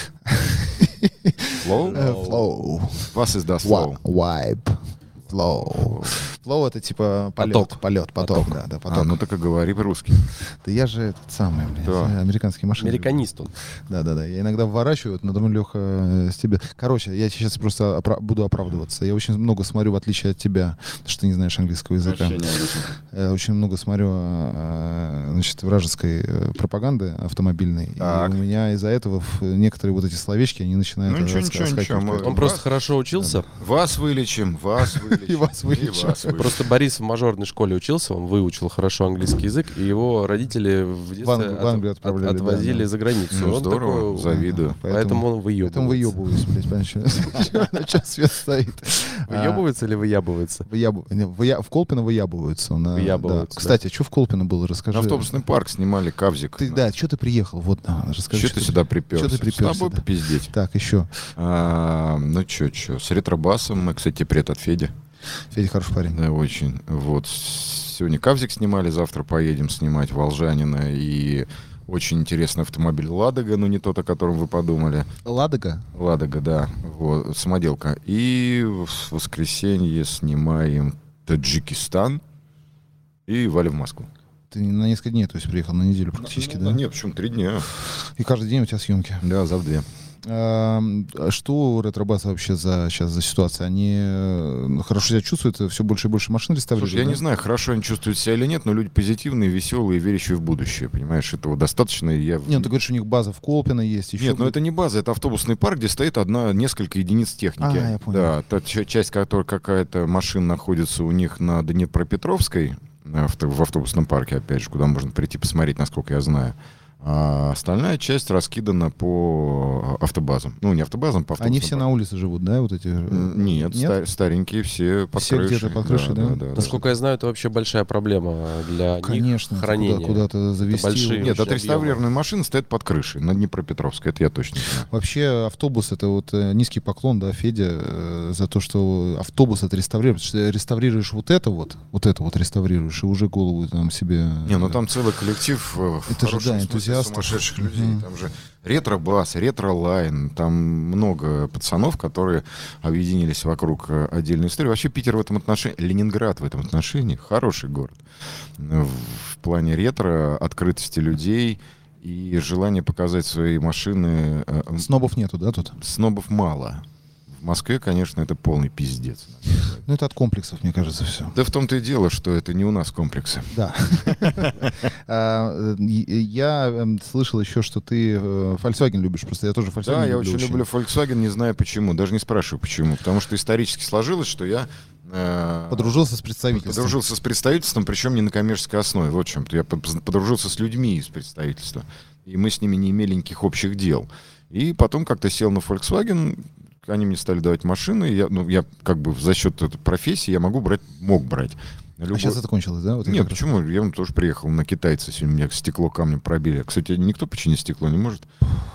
Flow? Was ist das Flow? Vibe. Flow. Flow — это типа полет. Поток. Да, поток. Ну так и говори по-русски. Да я же этот самый, американский машина. Американист он. Да. Я иногда вворачиваю, но думаю, Леха, с тебя... Короче, я сейчас просто буду оправдываться. Я очень много смотрю, в отличие от тебя, потому что ты не знаешь английского языка. Очень много смотрю, значит, вражеской пропаганды автомобильной. И у меня из-за этого некоторые вот эти словечки, они начинают... Ничего. Он просто хорошо учился. Вас вылечим. вылечим. И вас вылечим. Просто Борис в мажорной школе учился, он выучил хорошо английский язык, и его родители в детстве отвозили за границу. Ну, здорово, завидую. Поэтому он выебывается. Поэтому выебываюсь, блядь, понимаешь, на час свет стоит. Выебывается или выябывается? В Колпино выябываются. Выябываются, Кстати, что в Колпино было, расскажи. Автобусный парк снимали, Кавзик. Да, что ты приехал? Вот, расскажи. Что ты сюда приперся? Что ты приперся? С тобой попиздеть. Так, еще. Ну, что, с ретробасом, кстати, привет от Феди. Федя хороший парень. Да, очень. Вот. Сегодня Кавзик снимали, завтра поедем снимать Волжанина. И очень интересный автомобиль Ладога, но не тот, о котором вы подумали. Ладога? Ладога, да. Вот, самоделка. И в воскресенье снимаем Таджикистан и валим в Москву. Ты на несколько дней, то есть приехал на неделю практически, да? Нет, почему 3 дня. И каждый день у тебя съемки? Да, завтра 2. Что у ретробаса вообще сейчас за ситуация? Они хорошо себя чувствуют, все больше и больше машин реставрируют? Слушай, я не знаю, хорошо они чувствуют себя или нет, но люди позитивные, веселые, верящие в будущее, понимаешь, этого достаточно. Нет, ты говоришь, у них база в Колпино есть. Еще нет, но это не база, это автобусный парк, где стоит несколько единиц техники. Я понял. Да, та часть, которая какая-то машина находится у них на Днепропетровской, в автобусном парке, опять же, куда можно прийти посмотреть, насколько я знаю. А остальная часть раскидана по автобазам. Ну, не автобазам, по автобусам. Они все на улице живут, да, вот эти? Нет? Старенькие все под все крышей. Все где-то под крышей, да? Насколько я знаю, это вообще большая проблема для них хранения. Куда-то завести. Большие нет, отреставрированные машины стоят под крышей на Днепропетровской, это я точно знаю. Вообще автобус — это вот низкий поклон, да, Федя, за то, что автобус отреставрируешь. Реставрируешь вот это вот реставрируешь, и уже голову там себе... Не, ну там целый коллектив это же, да, энтузиастов. Сумасшедших людей. Там же ретро-бас, ретро-лайн. Там много пацанов, которые объединились вокруг отдельной истории. Вообще Питер в этом отношении, Ленинград в этом отношении хороший город. В плане ретро, открытости людей и желания показать свои машины. Снобов нету, да, тут? Снобов мало. В Москве, конечно, это полный пиздец. Ну, это от комплексов, мне кажется, все. Да в том-то и дело, что это не у нас комплексы. Да. Я слышал еще, что ты Volkswagen любишь. Просто я тоже Volkswagen люблю. Да, я очень люблю Volkswagen, не знаю почему. Даже не спрашиваю, почему. Потому что исторически сложилось, что я... Подружился с представительством. Подружился с представительством, причем не на коммерческой основе. Вот в чем-то. Я подружился с людьми из представительства. И мы с ними не имели никаких общих дел. И потом как-то сел на Volkswagen... Они мне стали давать машины, я как бы за счет этой профессии я мог брать. А сейчас это кончилось, да? Вот нет, почему? Я тоже приехал на китайца, сегодня меня стекло камнем пробили. Кстати, никто починить стекло не может.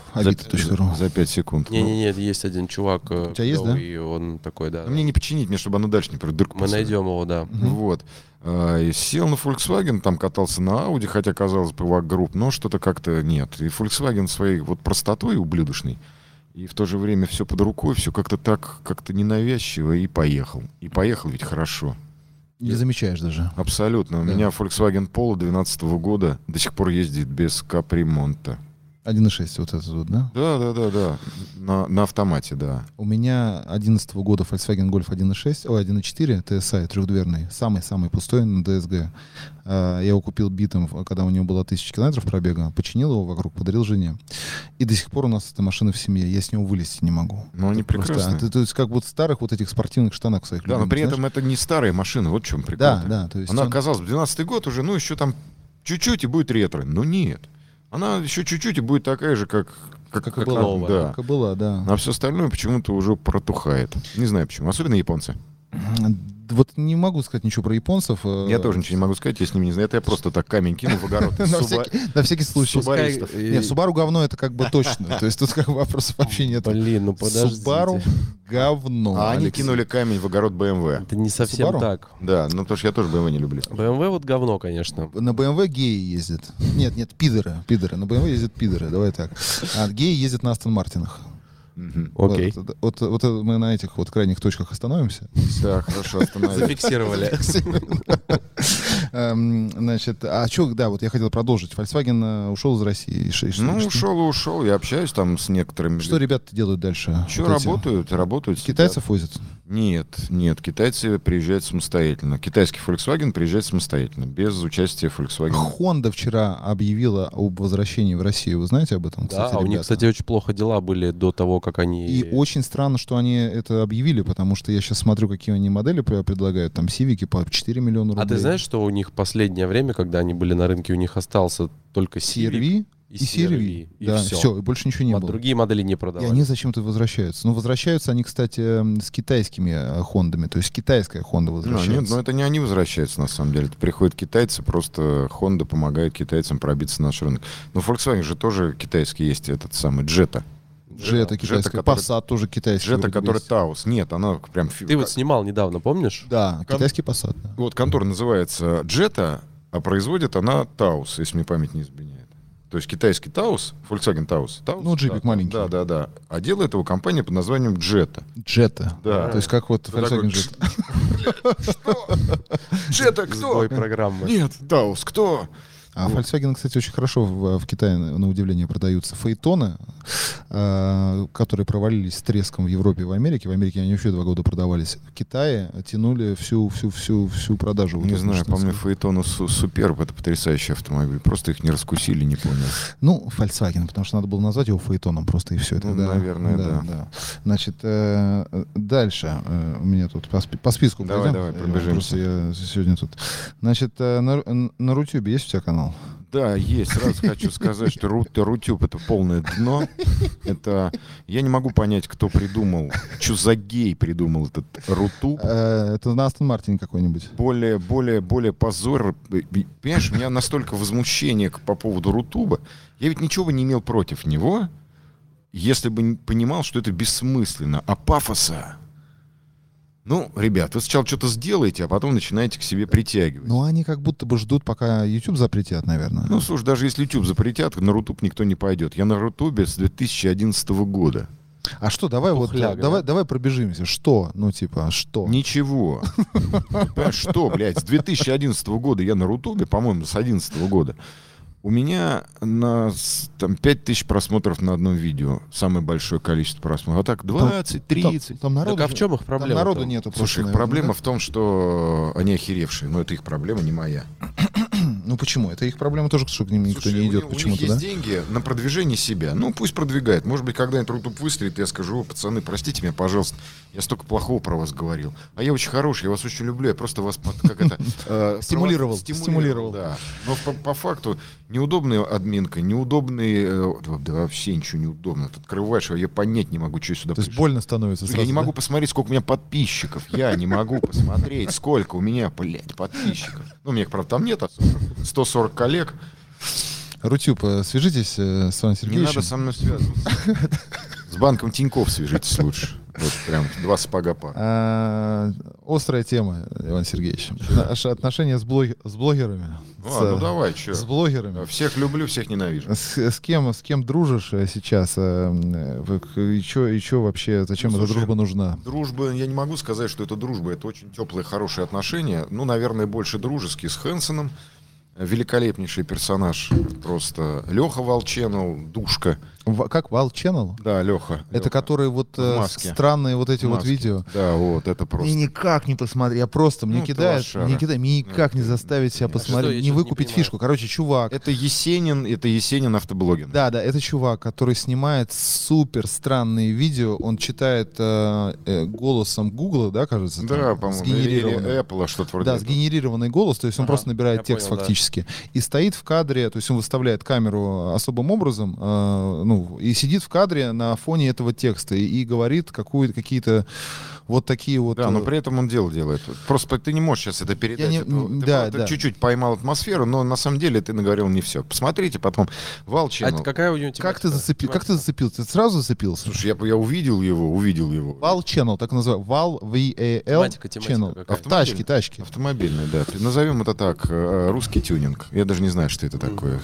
За 5 секунд. Нет, есть один чувак. У тебя есть, да? И он такой, да. Мне не починить, мне, чтобы оно дальше не дырку. Мы найдем его, да. Вот. И сел на Volkswagen, там катался на Audi, хотя, казалось бы, ваг-групп, но что-то как-то нет. И Volkswagen своей вот простотой ублюдочной, и в то же время все под рукой, все как-то так, как-то ненавязчиво, и поехал. И поехал ведь хорошо. Не замечаешь даже. Абсолютно. У меня Volkswagen Polo 2012 года до сих пор ездит без капремонта. 1.6 вот этот вот, да? Да. На автомате, да. У меня 2011 года Volkswagen Golf 1.6, 1.4 TSI трехдверный, самый-самый пустой на DSG. Я его купил битым, когда у него было 1000 километров пробега, починил его вокруг, подарил жене. И до сих пор у нас эта машина в семье, я с него вылезти не могу. Ну, они прекрасные. То есть как вот старых вот этих спортивных штанах своих. Да, но при этом это не старая машина, вот в чем прикол. Да. То есть она, казалось бы, 12-й год уже, еще там чуть-чуть и будет ретро. Но нет. Она еще чуть-чуть и будет такая же, как и была. Да. Как и была, да. А все остальное почему-то уже протухает. Не знаю почему. Особенно японцы. Вот не могу сказать ничего про японцев. Я тоже ничего не могу сказать, я с ними не знаю. Это я просто так камень кину в огород. На всякий случай. Нет, Subaru говно, это как бы точно. То есть тут как бы вопросов вообще нет. Блин, ну подождите. Subaru говно. А они кинули камень в огород BMW. Это не совсем так. Да, ну потому что я тоже BMW не люблю. BMW вот говно, конечно. На BMW геи ездят. Нет, пидоры. На BMW ездят пидоры, давай так. А геи ездят на Астон Мартинах. Окей. Вот мы на этих вот крайних точках остановимся. Да, хорошо, остановились. Зафиксировали. Значит, вот я хотел продолжить. Volkswagen ушел из России. Ушел. Я общаюсь там с некоторыми. Что ребята делают дальше? Что работают. Китайцев возят? Нет, китайцы приезжают самостоятельно. Китайский Volkswagen приезжает самостоятельно, без участия Volkswagen. Honda вчера объявила об возвращении в Россию. Вы знаете об этом, кстати, да, у них, кстати, очень плохо дела были до того, как они... И очень странно, что они это объявили, потому что я сейчас смотрю, какие они модели предлагают. Там Сивики по 4 миллиона рублей. А ты знаешь, что у них последнее время, когда они были на рынке, у них остался только CR-V и CR-V. Да, все, и больше ничего не было. Другие модели не продавали. И они зачем-то возвращаются. Ну, возвращаются они, кстати, с китайскими Хондами. То есть китайская Honda возвращается. Нет, но это не они возвращаются, на самом деле. Это приходят китайцы, просто Honda помогает китайцам пробиться на наш рынок. Но Volkswagen же тоже китайский есть, этот самый Jetta. Jetta китайская, Passat тоже китайский. Jetta, который Taos. Нет, она прям... Ты вот снимал недавно, помнишь? Да, китайский Passat. Да. Вот контора называется Jetta, а производит она Taos, если мне память не изменяет. То есть китайский Taos, Volkswagen Taos. Ну, джипик маленький. Да. А делает его компания под названием Jetta. Jetta. Да. То есть как вот Volkswagen Jetta. Что? Jetta кто? Сбой программы. Нет, Taos кто? А Volkswagen, кстати, очень хорошо в Китае, на удивление, продаются. Фаэтоны, которые провалились с треском в Европе и в Америке. В Америке они вообще 2 года продавались. В Китае тянули всю продажу. Не знаю, помню, Фаэтону Суперб, это потрясающий автомобиль. Просто их не раскусили, не понял. Ну, Volkswagen, потому что надо было назвать его Фаэтоном просто и все. Это, ну, да, наверное, да. Значит, дальше у меня тут по списку. Давай, пробежимся. Я сегодня тут. Значит, на Рутюбе есть у тебя канал? Да, есть. Сразу хочу сказать, что Рутюб — это полное дно. Это... Я не могу понять, кто придумал, что за гей придумал этот Рутуб. Это на Астон Мартин какой-нибудь. Более позор. Понимаешь, у меня настолько возмущение по поводу Рутуба. Я ведь ничего бы не имел против него, если бы понимал, что это бессмысленно. А пафоса... Ну, ребят, вы сначала что-то сделаете, а потом начинаете к себе притягивать. Ну, они как будто бы ждут, пока YouTube запретят, наверное. Ну, слушай, даже если YouTube запретят, на Рутуб никто не пойдет. Я на Рутубе с 2011 года. А что, давай давай пробежимся. Что? Ну, типа, что? Ничего. Что, блядь, с 2011 года я на Рутубе, по-моему, с 2011 года. У меня там 5000 просмотров на одном видео. Самое большое количество просмотров. А так 20, 30. Там народу, так а в чем их проблема? Там народу нету. Слушай, их проблема в том, что они охеревшие. Но это их проблема, не моя. Ну почему? Это их проблема тоже, что к ним никто не идет почему-то, да? У них есть деньги на продвижение себя. Ну, пусть продвигает. Может быть, когда-нибудь Рутуб выстрелит, я скажу: пацаны, простите меня, пожалуйста, я столько плохого про вас говорил. А я очень хороший, я вас очень люблю, я просто вас стимулировал. Да. Но по факту неудобная админка, неудобный... Да вообще ничего неудобно. Ты открываешь, я понять не могу, что я сюда пришел. То есть больно становится сразу, я не могу посмотреть, сколько у меня подписчиков. Я не могу посмотреть, сколько у меня, блядь, подписчиков. Ну, у меня, правда, там нет особо. 140 коллег. Рутюб, свяжитесь с Иваном Сергеевичем. Не надо со мной связываться. С банком Тинькофф свяжитесь лучше. Вот прям 2 сапога пар. Острая тема, Иван Сергеевич. Наши отношения с блогерами. Ну давай, что? С блогерами. Всех люблю, всех ненавижу. С кем дружишь сейчас? И что вообще, зачем эта дружба нужна? Дружба, я не могу сказать, что это дружба. Это очень теплые, хорошие отношения. Ну, наверное, больше дружеские с Хэнсоном. Великолепнейший персонаж. Просто Леха Волченов, душка. Как Вал Channel? Да, Леха. Это которые вот странные вот эти вот видео. Да, вот это просто. Мне никак не посмотреть. Я просто, мне кидает, мне никак не заставить себя посмотреть, не выкупить фишку. Короче, чувак. Это Есенин автоблогинг. Да, это чувак, который снимает супер странные видео. Он читает голосом Гугла, да, кажется? Да, по-моему. Или Apple, что-то вроде. Да, сгенерированный голос, то есть он просто набирает текст фактически. И стоит в кадре, то есть он выставляет камеру особым образом, и сидит в кадре на фоне этого текста и говорит какие-то вот такие вот... Да, но при этом он дело делает. Просто ты не можешь сейчас это передать. Ты чуть-чуть поймал атмосферу, но на самом деле ты наговорил не все. Посмотрите потом Вал Channel. Какая у него Как ты зацепился? Ты сразу зацепился? Слушай, я увидел его. Вал Channel, так называемый. Вал, V-A-L Channel. Тачки. Автомобильный, да. Назовем это так. Русский тюнинг. Я даже не знаю, что это такое.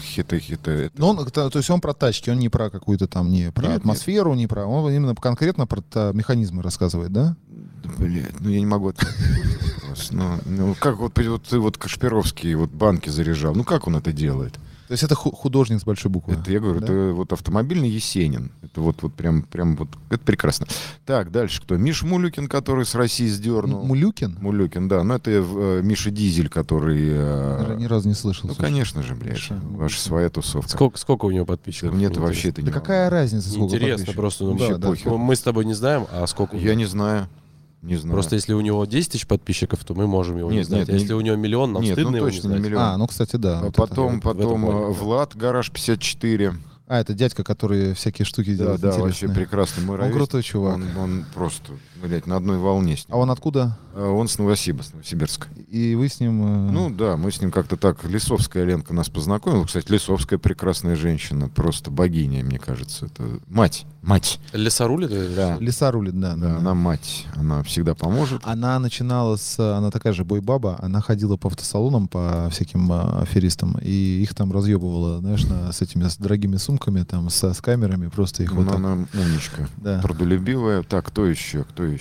То есть он про тачки, он не про какую-то там, не про атмосферу, не про... Он именно конкретно про механизмы рассказывает, да? Блять, я не могу ответить. Ну как вот ты вот Кашпировский вот банки заряжал, ну как он это делает? То есть это художник с большой буквы. Это, я говорю, да? это вот автомобильный Есенин. Это вот прям вот, это прекрасно. Так, дальше кто? Миш Мулюкин, который с России сдернул. Мулюкин? Мулюкин, да. Ну, это Миша Дизель, который... Ни разу не слышал. Ну, конечно же, блядь. Ваша своя тусовка. Сколько у него подписчиков? Мне-то вообще это не Да какая разница, сколько интересно просто. Ну, да, да. Мы с тобой не знаем, а сколько у него? Я не знаю. Не знаю. Просто если у него 10 тысяч подписчиков, то мы можем его не знать. Нет, если у него миллион, нам стыдно его не знать. миллион. Ну, кстати, да. Вот потом Влад, Гараж 54. Это дядька, который всякие штуки делает Да, интересные. вообще прекрасный. Мой Он крутой чувак. Он просто, блядь, на одной волне с ним. А он откуда? Он с Новосибирска. И вы с ним... Ну да, мы с ним как-то так... Лисовская Ленка нас познакомила. Кстати, Лисовская прекрасная женщина. Просто богиня, мне кажется. Это мать. Леса рулит? Да. Лиса рулит, да. Она мать. Она всегда поможет. Она начинала она такая же бойбаба, она ходила по автосалонам, по всяким аферистам, и их там разъебывала, знаешь, с этими дорогими сумками, там, с камерами, просто их вот так. Она умничка. Да. Трудолюбивая. Так, кто еще?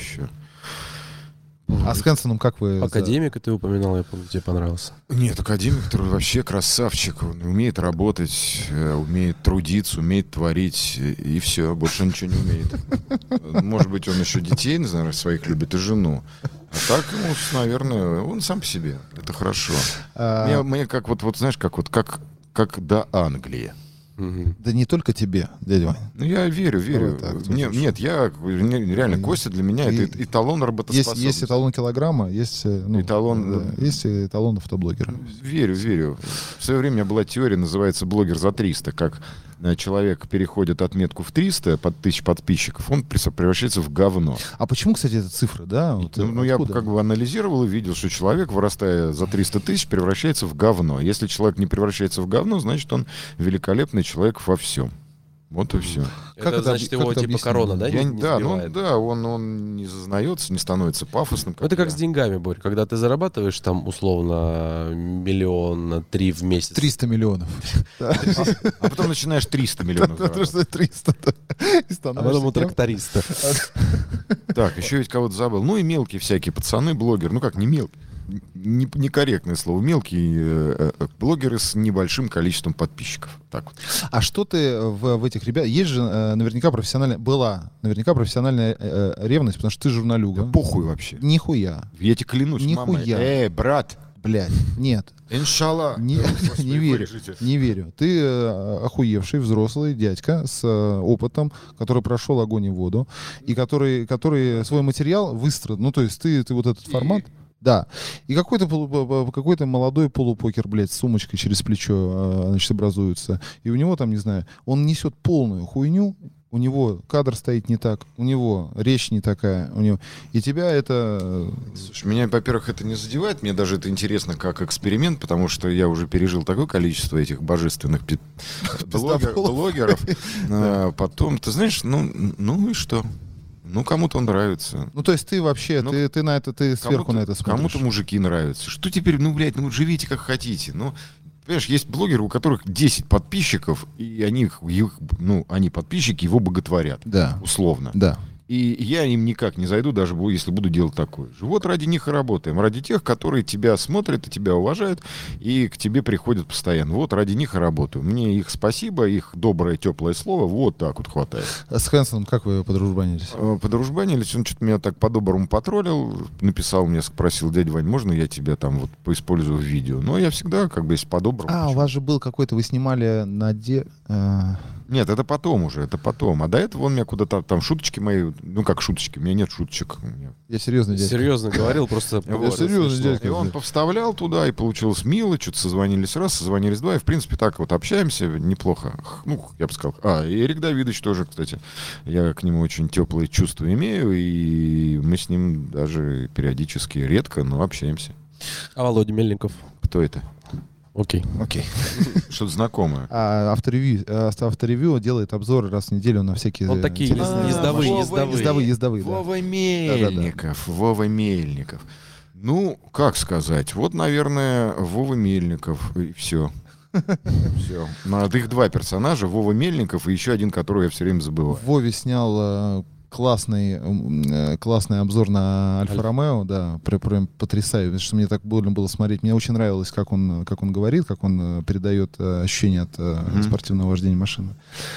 А с Хэнсоном как вы... Академика ты упоминал, я помню, тебе понравился. Нет, академик, который вообще красавчик. Он умеет работать, умеет трудиться, умеет творить, и все, больше ничего не умеет. Может быть, он еще детей, не знаю, своих любит, и жену. А так ему, наверное, он сам по себе. Это хорошо. Мне как вот знаешь, как до Англии. Да не только тебе, дядя Вань. Ну, я верю. Так, Мне реально Костя для меня это эталон работоспособности. Есть эталон килограмма, есть эталон, есть эталон автоблогера. Верю. В свое время у меня была теория, называется «Блогер за 300», как человек переходит отметку в 300 под 1000 подписчиков, он превращается в говно. А почему, кстати, это цифры, да? Вот, я как бы анализировал и видел, что человек, вырастая за 300 тысяч, превращается в говно. Если человек не превращается в говно, значит, он великолепный человек во всем. Вот и все. Это значит, его типа корона, да? Да, он не зазнается, не становится пафосным. Это как с деньгами, Борь. Когда ты зарабатываешь там условно 1-3 миллиона в месяц. 300 миллионов. А потом начинаешь 300 миллионов зарабатывать. 300. А потом у тракториста. Так, еще ведь кого-то забыл. Ну и мелкие всякие пацаны, блогеры. Ну как, не мелкие. Некорректное слово. Мелкие блогеры с небольшим количеством подписчиков. Так вот. А что ты в этих ребят... Есть же наверняка профессиональная ревность, потому что ты журналюга. Да похуй вообще. Нихуя. Я тебе клянусь, Нихуя. Брат. Блядь, нет. Иншалла. Не верю. Ты охуевший взрослый дядька с опытом, который прошел огонь и воду, и который свой материал выстроил. Ну, то есть ты вот этот формат... Да. И какой-то молодой полупокер, блядь, с сумочкой через плечо, значит, образуется. И у него там, не знаю, он несет полную хуйню, у него кадр стоит не так, у него речь не такая, у него... И тебя это... Слушай, меня, во-первых, это не задевает, мне даже это интересно как эксперимент, потому что я уже пережил такое количество этих божественных блогеров. Потом, ты знаешь, ну и что? Ну, кому-то он нравится. Ну, то есть ты вообще, ты сверху на это смотришь. Кому-то мужики нравятся. Что теперь, живите как хотите. Ну, понимаешь, есть блогеры, у которых 10 подписчиков, и они подписчики его боготворят. Да. Условно. Да. И я им никак не зайду, даже если буду делать такое же. Вот ради них и работаем. Ради тех, которые тебя смотрят и тебя уважают, и к тебе приходят постоянно. Вот ради них и работаю. Мне их спасибо, их доброе, теплое слово вот так вот хватает. А с Хэнсоном как вы подружбанились? Подружбанились, он что-то меня так по-доброму потроллил, написал мне, спросил: дядя Вань, можно я тебя там вот поиспользую в видео? Но я всегда, как бы, если по-доброму. У вас же был какой-то, вы снимали на Нет, это потом уже, это потом. А до этого он меня куда-то там шуточки мои, ну как шуточки, у меня нет шуточек. Я серьезно, дядька. Серьезно говорил, просто... Я серьезно, дядька. И он повставлял туда, и получилось мило, что-то созвонились раз, созвонились два, и в принципе так вот общаемся неплохо. Ну, я бы сказал. И Эрик Давидович тоже, кстати. Я к нему очень теплые чувства имею, и мы с ним даже периодически, редко, но общаемся. А Володя Мельников? Кто это? Окей. Что-то знакомое. Авторевью делает обзоры раз в неделю на всякие... Он такие ездовые. Вова Мельников. Вова Мельников. Ну, как сказать? Вот, наверное, Вова Мельников. И все. Все. Надо их два персонажа. Вова Мельников и еще один, которого я все время забываю. Вове снял классный обзор на Альфа-Ромео, да, прям потрясающе, потому что мне так больно было смотреть. Мне очень нравилось, как он говорит, как он передает ощущение от спортивного вождения машины.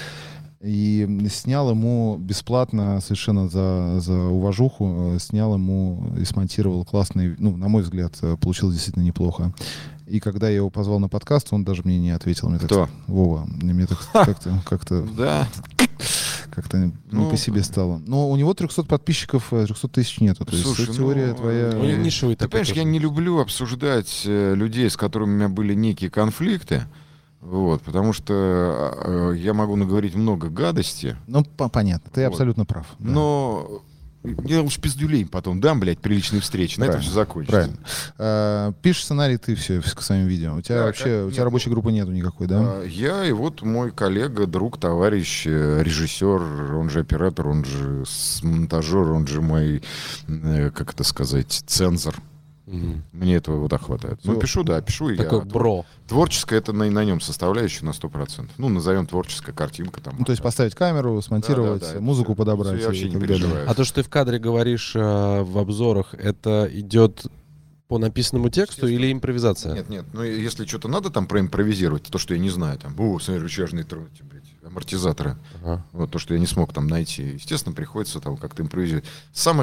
И снял ему бесплатно, совершенно за уважуху, снял ему и смонтировал классный, ну, на мой взгляд, получилось действительно неплохо. И когда я его позвал на подкаст, он даже мне не ответил. Мне Кто? Вова. Мне так как-то... Да. Как-то не по себе стало. Но у него 300 подписчиков, 300 тысяч нету. То Слушай, есть теория твоя... Нишевый ты понимаешь, я не люблю обсуждать людей, с которыми у меня были некие конфликты. Вот, потому что я могу наговорить много гадости. Ну, понятно, ты абсолютно прав. Да. Но я лучше пиздюлей потом дам, блядь, при личной встрече. На этом все закончится. Правильно. Пишешь сценарий ты все к своим видео. У тебя вообще у тебя рабочей группы нету никакой, да? Я и вот мой коллега, друг, товарищ, режиссер, он же оператор, он же монтажер, он же мой, как это сказать, цензор. Мне этого вот так хватает. Ну, пишу. Такой бро. Творческое — это на нем составляющая на 100%. Ну, назовем творческая картинка. Там, ну, то есть поставить камеру, смонтировать, музыку подобрать. Я вообще не переживаю. А то, что ты в кадре говоришь в обзорах, это идет по написанному тексту или импровизация? Нет. Ну, если что-то надо там проимпровизировать, то, что я не знаю, там, смотри, рычажные трубки, блядь, амортизаторы. Ага. Вот то, что я не смог там найти. Естественно, приходится там как-то импровизировать. Самая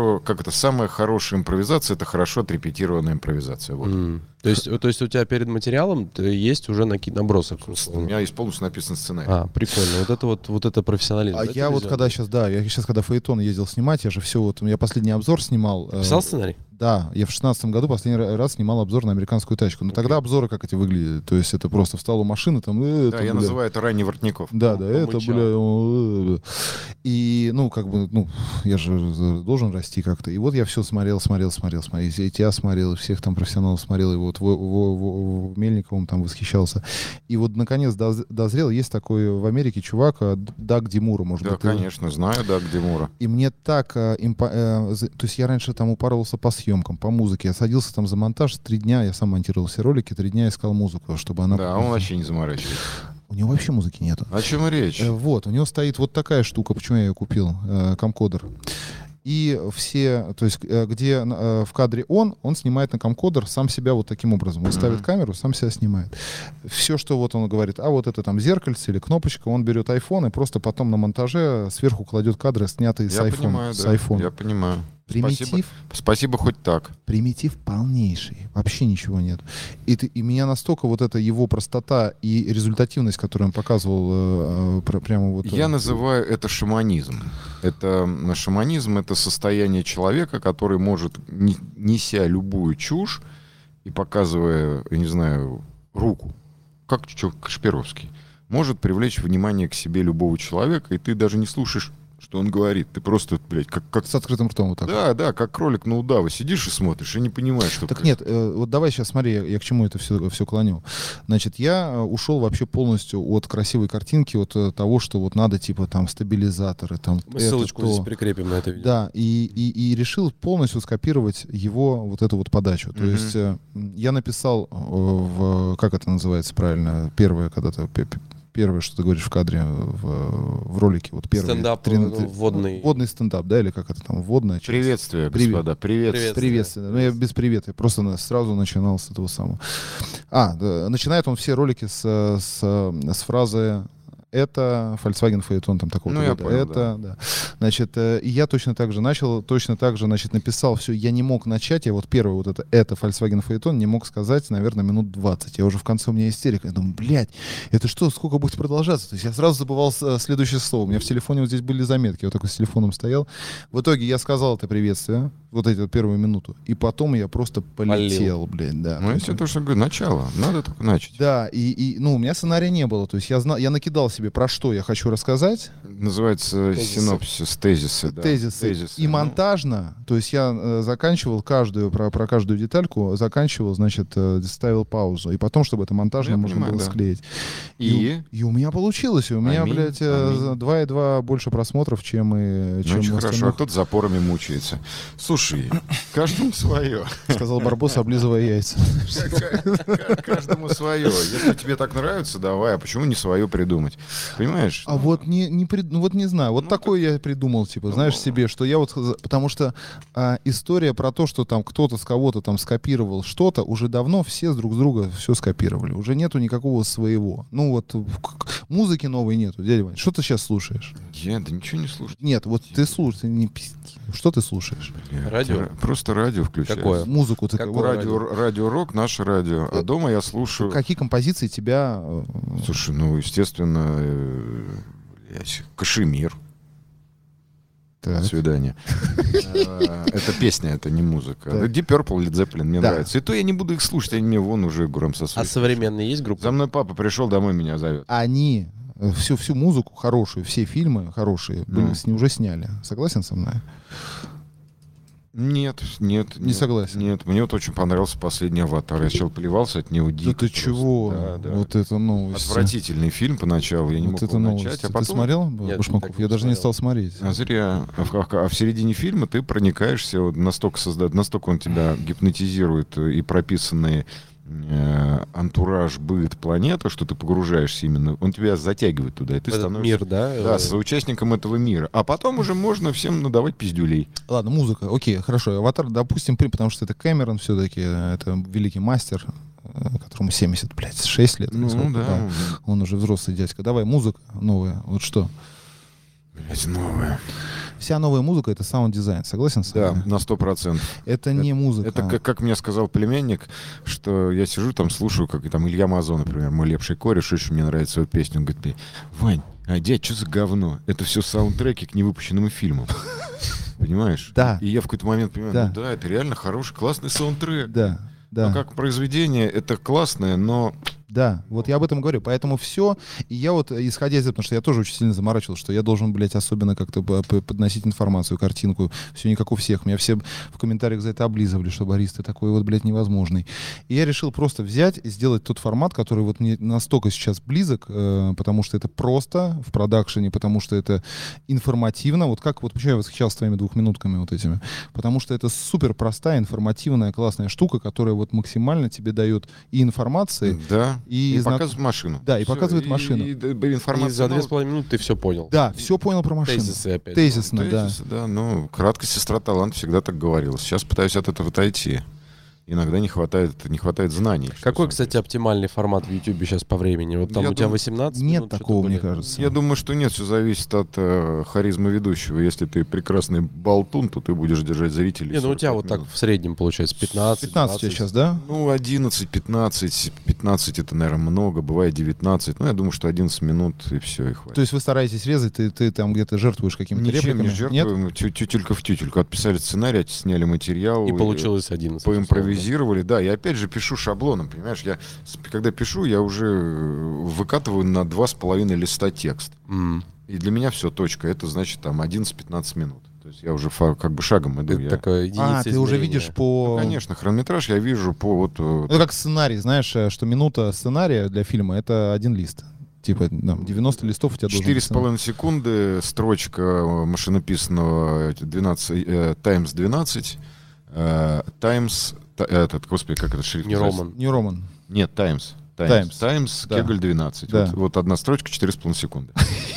хорошая импровизация — это хорошо отрепетированная импровизация. Вот. То есть у тебя перед материалом есть уже набросок? У меня есть полностью написан сценарий. Прикольно. Вот это профессионализм. Я вот когда когда фаэтон ездил снимать, я последний обзор снимал. Писал сценарий? Да, я в 2016 году последний раз снимал обзор на американскую тачку. Но тогда обзоры как эти выглядят? То есть это просто встал у машины, там... я называю это ранний Воротников. Да, это, бля... И, я же должен расти как-то. И вот я все смотрел. И тебя смотрел, и всех там профессионалов смотрел, и вот в Мельниковым там восхищался. И вот, наконец, дозрел. Есть такой в Америке чувак, Даг Димура, может быть. Да, конечно, знаю Даг Димура. И мне так... То есть я раньше там упарывался по съемкам, по музыке. Я садился там за монтаж 3 дня, я сам монтировал все ролики, 3 дня искал музыку, чтобы она... Да, он вообще не заморачивается. У него вообще музыки нету. О чем речь? Вот, у него стоит вот такая штука, почему я ее купил, камкодер. И все, то есть где в кадре он снимает на камкодер сам себя вот таким образом. Он ставит камеру, сам себя снимает. Все, что вот он говорит, вот это там зеркальце или кнопочка, он берет iPhone и просто потом на монтаже сверху кладет кадры, снятые с iPhone. Я понимаю. Примитив. Спасибо хоть так. Примитив полнейший. Вообще ничего нет. И меня настолько вот эта его простота и результативность, которую он показывал прямо вот... Я называю это шаманизм. Шаманизм — это состояние человека, который может, неся любую чушь и показывая, я не знаю, руку, как Кашпировский, может привлечь внимание к себе любого человека, и ты даже не слушаешь, что он говорит. Ты просто, блядь, как с открытым ртом вот так. Да, как кролик на удава. Сидишь и смотришь, и не понимаешь, что... Так нет, вот давай сейчас смотри, я к чему это все клоню. Значит, я ушел вообще полностью от красивой картинки, от того, что вот надо, типа, там, стабилизаторы, там... Мы ссылочку здесь прикрепим на это видео. Да, и решил полностью скопировать его вот эту вот подачу. То есть я написал как это называется правильно, первое, что ты говоришь в кадре, в ролике, вот первый. Стендап, вводный. Вводный стендап, да, или как это там, вводная часть. Приветствие, господа, приветствие. Ну, я без привета, я просто сразу начинал с этого самого. Начинает он все ролики с фразы это Volkswagen Phaeton там такого-то года. Понял, это, да. Значит, и я точно так же начал, значит, написал все. Я не мог начать, я вот первое вот это Volkswagen Phaeton не мог сказать, наверное, минут 20. Я уже в конце, у меня истерика. Я думаю, блядь, это что, сколько будет продолжаться? То есть я сразу забывал следующее слово. У меня в телефоне вот здесь были заметки, я вот такой с телефоном стоял. В итоге я сказал это приветствие, вот эти вот первую минуту, и потом я просто полетел, блядь, да. Ну, если то, что говорю, начало, надо только начать. Да, и у меня сценария не было, то есть я накидал себе, про что я хочу рассказать. Называется синопсис, тезисы. Да. Тезисы. И монтажно, то есть я заканчивал про каждую детальку, значит, ставил паузу. И потом, чтобы это монтажно можно было склеить. И у меня получилось. И у меня, блядь, 2,2 больше просмотров, чем очень хорошо, а кто-то запорами мучается. Слушай, каждому свое. Сказал Барбос, облизывая яйца. Каждому свое. Если тебе так нравится, давай, а почему не свое придумать? Понимаешь? А вот не знаю. Вот такой я придумал, типа, знаешь, себе, что я вот... Потому что история про то, что там кто-то с кого-то там скопировал что-то, уже давно все друг с друга все скопировали. Уже нету никакого своего. Ну вот музыки новой нету. Дядя Вань, что ты сейчас слушаешь? Я ничего не слушаю. Нет, вот ты слушаешь, ты не пизди. Что ты слушаешь? Радио? Просто радио включаю. Какое? Музыку ты... Радио Рок, наше радио. А дома я слушаю... Какие композиции тебя... Слушай, ну, естественно, Кашемир. Так. До свидания. Это песня, это не музыка. Deep Purple, Led Zeppelin мне нравится. И то я не буду их слушать, они мне вон уже гуром сосут. А современные есть группы? За мной папа пришел, домой меня зовет. Они всю музыку хорошую, все фильмы хорошие уже сняли. Согласен со мной? Нет. Не согласен. Нет, мне вот очень понравился последний «Аватар». Я сначала плевался от него дико. Да ты чего? Да. Вот это новость. Отвратительный фильм поначалу, я не мог его начать. А потом... Ты смотрел, Башмаков? Я даже не стал смотреть. А зря. А в середине фильма ты проникаешься, вот настолько он тебя гипнотизирует, и прописанные антураж, быт, планета, что ты погружаешься именно, он тебя затягивает туда, и ты становишься... мир, да? Да, соучастником этого мира. А потом уже можно всем надавать пиздюлей. Ладно, музыка, окей, хорошо. «Аватар», допустим, потому что это Кэмерон все-таки, это великий мастер, которому 6 лет. Ну, да. Он уже взрослый дядька. Давай, музыка новая, вот что? Блять, новая. Вся новая музыка — это саунд-дизайн, согласен с вами? Да, на 100%. Это не музыка. Это как мне сказал племянник, что я сижу там, слушаю, как там Илья Мазон, например, мой лепший кореш, очень мне нравится свою песню. Он говорит мне: Вань, дядь, что за говно? Это все саундтреки к невыпущенным фильмам. Понимаешь? Да. И я в какой-то момент понимаю, Да. Это реально хороший, классный саундтрек. Да. Но как произведение, это классное, но... Да, вот я об этом говорю. Поэтому все. И я вот, исходя из этого, потому что я тоже очень сильно заморачивался, что я должен, блядь, особенно как-то подносить информацию, картинку. Все не как у всех. Меня все в комментариях за это облизывали, что Борис, ты такой вот, блядь, невозможный. И я решил просто взять и сделать тот формат, который вот мне настолько сейчас близок, потому что это просто в продакшене, потому что это информативно. Вот как, вот почему я восхищался твоими 2 минутками вот этими? Потому что это супер простая, информативная, классная штука, которая вот максимально тебе дает и информации, да. И показывает машину. Да, и все, показывает машину. И информация. И за 2,5 минуты ты все понял. Да, все понял про машину. Тезисы опять. Тезисно, да. Ну, краткость сестра талант, всегда так говорилось. Сейчас пытаюсь от этого отойти. Иногда не хватает знаний. Какой, кстати, оптимальный формат в YouTube сейчас по времени? Вот там у тебя 18 нет минут? Нет такого, мне кажется. Я думаю, что нет, все зависит от харизмы ведущего. Если ты прекрасный болтун, то ты будешь держать зрителей. Не, ну у тебя вот так в среднем получается 15. 15 сейчас, да? Ну, 11, 15. 15 это, наверное, много, бывает 19. Ну, я думаю, что 11 минут и все, и хватит. То есть вы стараетесь резать, ты там где-то жертвуешь какими-то репликами? Не жертвуем, тютелька в тютельку. Отписали сценарий, сняли материал. И получилось 11. Поимпровизировали. Да, я опять же пишу шаблоном, понимаешь, когда пишу, я уже выкатываю на 2,5 листа текст. И для меня все, точка, это значит там 11-15 минут. То есть я уже как бы шагом иду. Это такая единица ты уже видишь по... Ну, конечно, хронометраж я вижу по вот... Ну, как сценарий, знаешь, что минута сценария для фильма — это 1 лист. Типа, 90 листов у тебя должен быть. 4,5 секунды, строчка машинописного 12, Times 12, Times... Господи, как это шрифт? Не Роман. Нет, Times, да. Кегль 12. Да. Вот одна строчка, 4,5 секунды.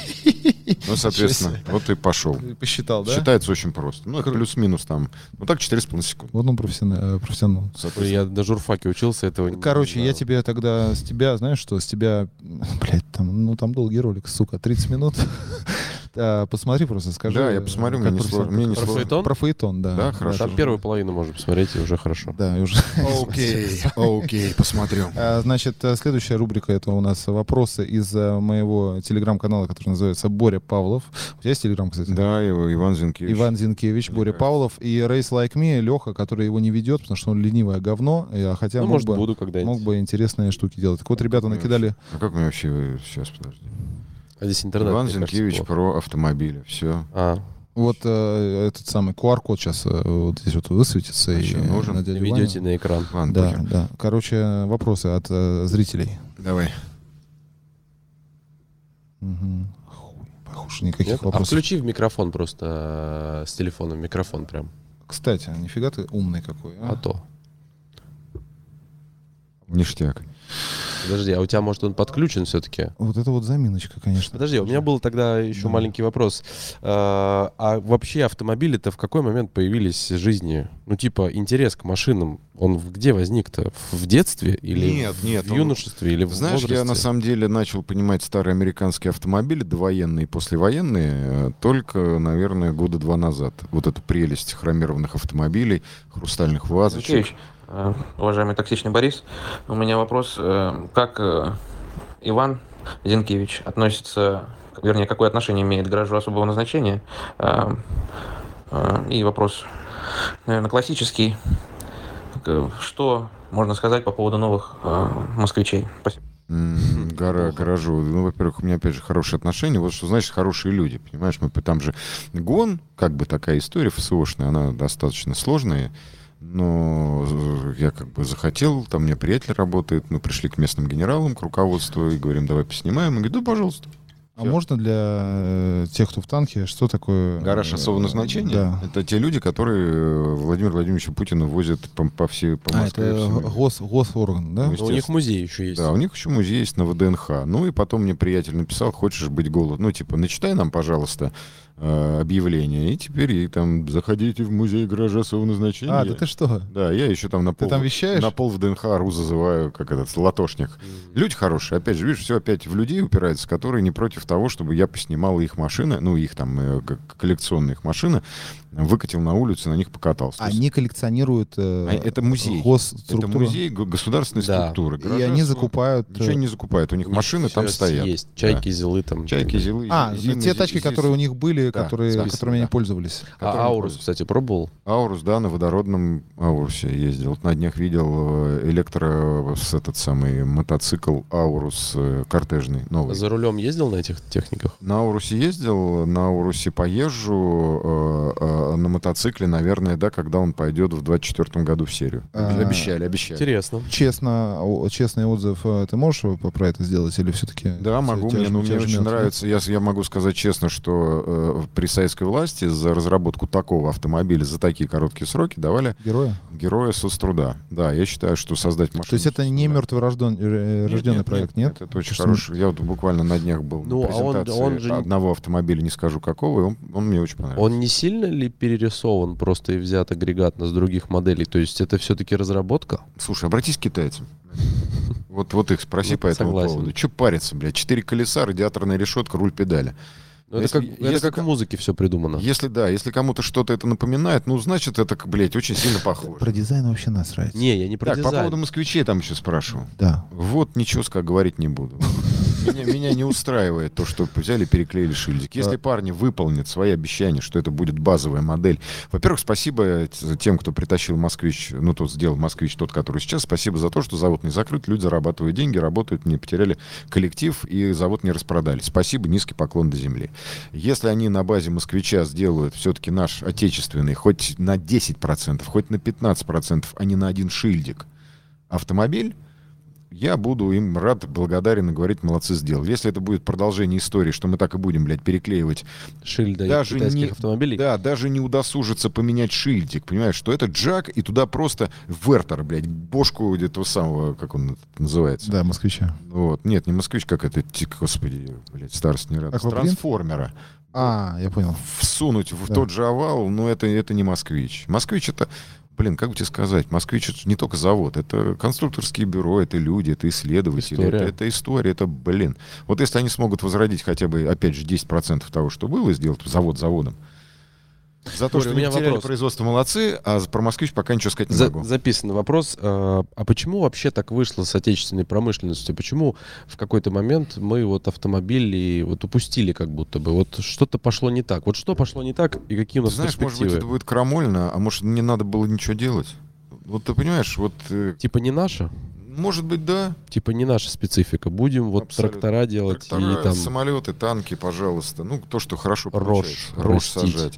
Ну, соответственно, вот и пошел. Посчитал, да? Считается очень просто. Ну, это плюс-минус там. Ну, так 4,5 секунды. Вот он профессионал. Я на журфаке учился, этого. Короче, я тебе тогда с тебя, знаешь что, с тебя, блядь, там долгий ролик, сука, 30 минут. Посмотри просто, скажи. Да, я посмотрю, мне не сложно. Про фаэтон, да. Да, хорошо. Там первую половину можно посмотреть, и уже хорошо. Да, и уже. Окей, посмотрю. Значит, следующая рубрика — это у нас вопросы из моего телеграм-канала, который называется «Боря Павлов». У тебя есть телеграм, кстати? Да, Иван Зинкевич. Иван Зинкевич, Боря Павлов. И Race Like Me, Леха, который его не ведет, потому что он ленивое говно, хотя мог бы интересные штуки делать. Так вот, ребята накидали... А как мы вообще... Сейчас, подожди. А здесь интернет, Иван Зинкевич про автомобили. Все. Вот этот самый QR-код сейчас вот здесь вот высветится. И нужен? Ведете на экран. Ладно, да. Короче, вопросы от зрителей. Давай. Похоже, никаких вопросов. Включи в микрофон просто с телефона, микрофон прям. Кстати, нифига ты умный какой. А то. Ништяк. Подожди, а у тебя, может, он подключен все-таки? Вот это вот заминочка, конечно. Подожди, у меня был тогда еще маленький вопрос. А вообще автомобили-то в какой момент появились в жизни? Ну, типа, интерес к машинам, он где возник-то? В детстве? Или нет, в юношестве? Или в знаешь, возрасте? я на самом деле начал понимать старые американские автомобили, довоенные и послевоенные, только, наверное, года 2 назад. Вот эту прелесть хромированных автомобилей, хрустальных вазочек. Уважаемый токсичный Борис, у меня вопрос, как Иван Зинкевич относится, вернее, какое отношение имеет к гаражу особого назначения? И вопрос, наверное, классический. Что можно сказать по поводу новых москвичей? Спасибо. Гаражу. Ну, во-первых, у меня, опять же, хорошие отношения. Вот что значит хорошие люди, понимаешь? Там же гон, как бы такая история ФСОшная, она достаточно сложная. Но я как бы захотел, там у меня приятель работает, мы пришли к местным генералам, к руководству и говорим, давай поснимаем. И говорит, да, пожалуйста. А можно для тех, кто в танке, что такое... Гараж особого назначения? Да. Это те люди, которые Владимира Владимировича Путина возят по Москве. Это госорган, да? У них музей еще есть. Да, у них еще музей есть на ВДНХ. Ну и потом мне приятель написал, хочешь быть голодным? Ну типа, начитай нам, пожалуйста, объявление. И теперь и там заходите в музей гаража особого назначения. А, да ты что? Да, я еще там на пол... Ты там вещаешь? На пол ВДНХ ору зазываю, как этот, латошник. Люди хорошие. Опять же, видишь, все опять в людей упирается, которые не против того, чтобы я поснимал их машины, ну, их там коллекционные их машины, выкатил на улицу, на них покатался. Они коллекционируют это музей. Это музей государственной структуры. И они закупают... Ничего не закупают. У них машины там стоят. Есть. Чайки, зилы там. Чайки, зилы. Те тачки, которые у них были, которыми они пользовались. А Аурус, кстати, пробовал? Аурус, да, на водородном Аурусе ездил. Вот на днях видел этот самый мотоцикл Аурус кортежный, новый. За рулем ездил на этих техниках? На Аурусе ездил, на Аурусе поезжу, на мотоцикле, наверное, да, когда он пойдет в 24-м году в серию. Обещали. Интересно. Честный отзыв ты можешь про это сделать или все-таки... Да, могу. Мне очень нравится. Я могу сказать честно, что при советской власти за разработку такого автомобиля за такие короткие сроки давали героя соцтруда. Да, я считаю, что создать машину... То есть это не мертворожденный проект, нет? Это очень хороший. Я вот буквально на днях был на презентации одного автомобиля, не скажу какого, и он мне очень понравился. Он не сильно ли перерисован просто и взят агрегатно с других моделей? То есть это все-таки разработка? Слушай, обратись к китайцам. Вот их спроси по этому поводу. Че париться, блядь? 4 колеса, радиаторная решетка, руль, педали. Это как в музыке все придумано. Если кому-то что-то это напоминает, ну, значит, это, блядь, очень сильно похоже. Про дизайн вообще насрать. Не, я не про дизайн. По поводу москвичей там еще спрашивал. Да. Вот ничего говорить не буду. Меня не устраивает то, что взяли, переклеили шильдик. Если парни выполнят свои обещания, что это будет базовая модель. Во-первых, спасибо тем, кто притащил «Москвич», ну, тот сделал «Москвич», тот, который сейчас. Спасибо за то, что завод не закрыт, люди зарабатывают деньги, работают, не потеряли коллектив и завод не распродали. Спасибо, низкий поклон до земли. Если они на базе «Москвича» сделают все-таки наш отечественный хоть на 10%, хоть на 15%, а не на один шильдик автомобиль, я буду им рад, благодарен и говорить, молодцы, сделал. Если это будет продолжение истории, что мы так и будем, блядь, переклеивать шильды китайских автомобилей. Да, даже не удосужиться поменять шильдик, понимаешь, что это джак, и туда просто вертер, блядь, бошку этого самого, как он называется. Да, москвича. Вот. Нет, не москвич, как это, господи, блядь, старость не радость. Трансформера. Я понял. Всунуть в тот же овал, но это не москвич. Москвич это... Блин, как бы тебе сказать, «Москвич» — это не только завод, это конструкторские бюро, это люди, это исследователи, это история, это, блин. Вот если они смогут возродить хотя бы, опять же, 10% того, что было, сделать завод заводом, за то, что не потеряли производство, молодцы, а про «Москвич» пока ничего сказать не могу. Записан вопрос. А почему вообще так вышло с отечественной промышленностью? Почему в какой-то момент мы вот автомобили вот упустили как будто бы? Вот что-то пошло не так. Вот что пошло не так и какие у нас перспективы? Может быть, это будет крамольно, а может, не надо было ничего делать? Вот ты понимаешь, вот... Типа не наше? Может быть, да. Типа не наша специфика. Будем вот трактора делать. Трактора, и там... самолеты, танки, пожалуйста. Ну, то, что хорошо получается. Рожь сажать.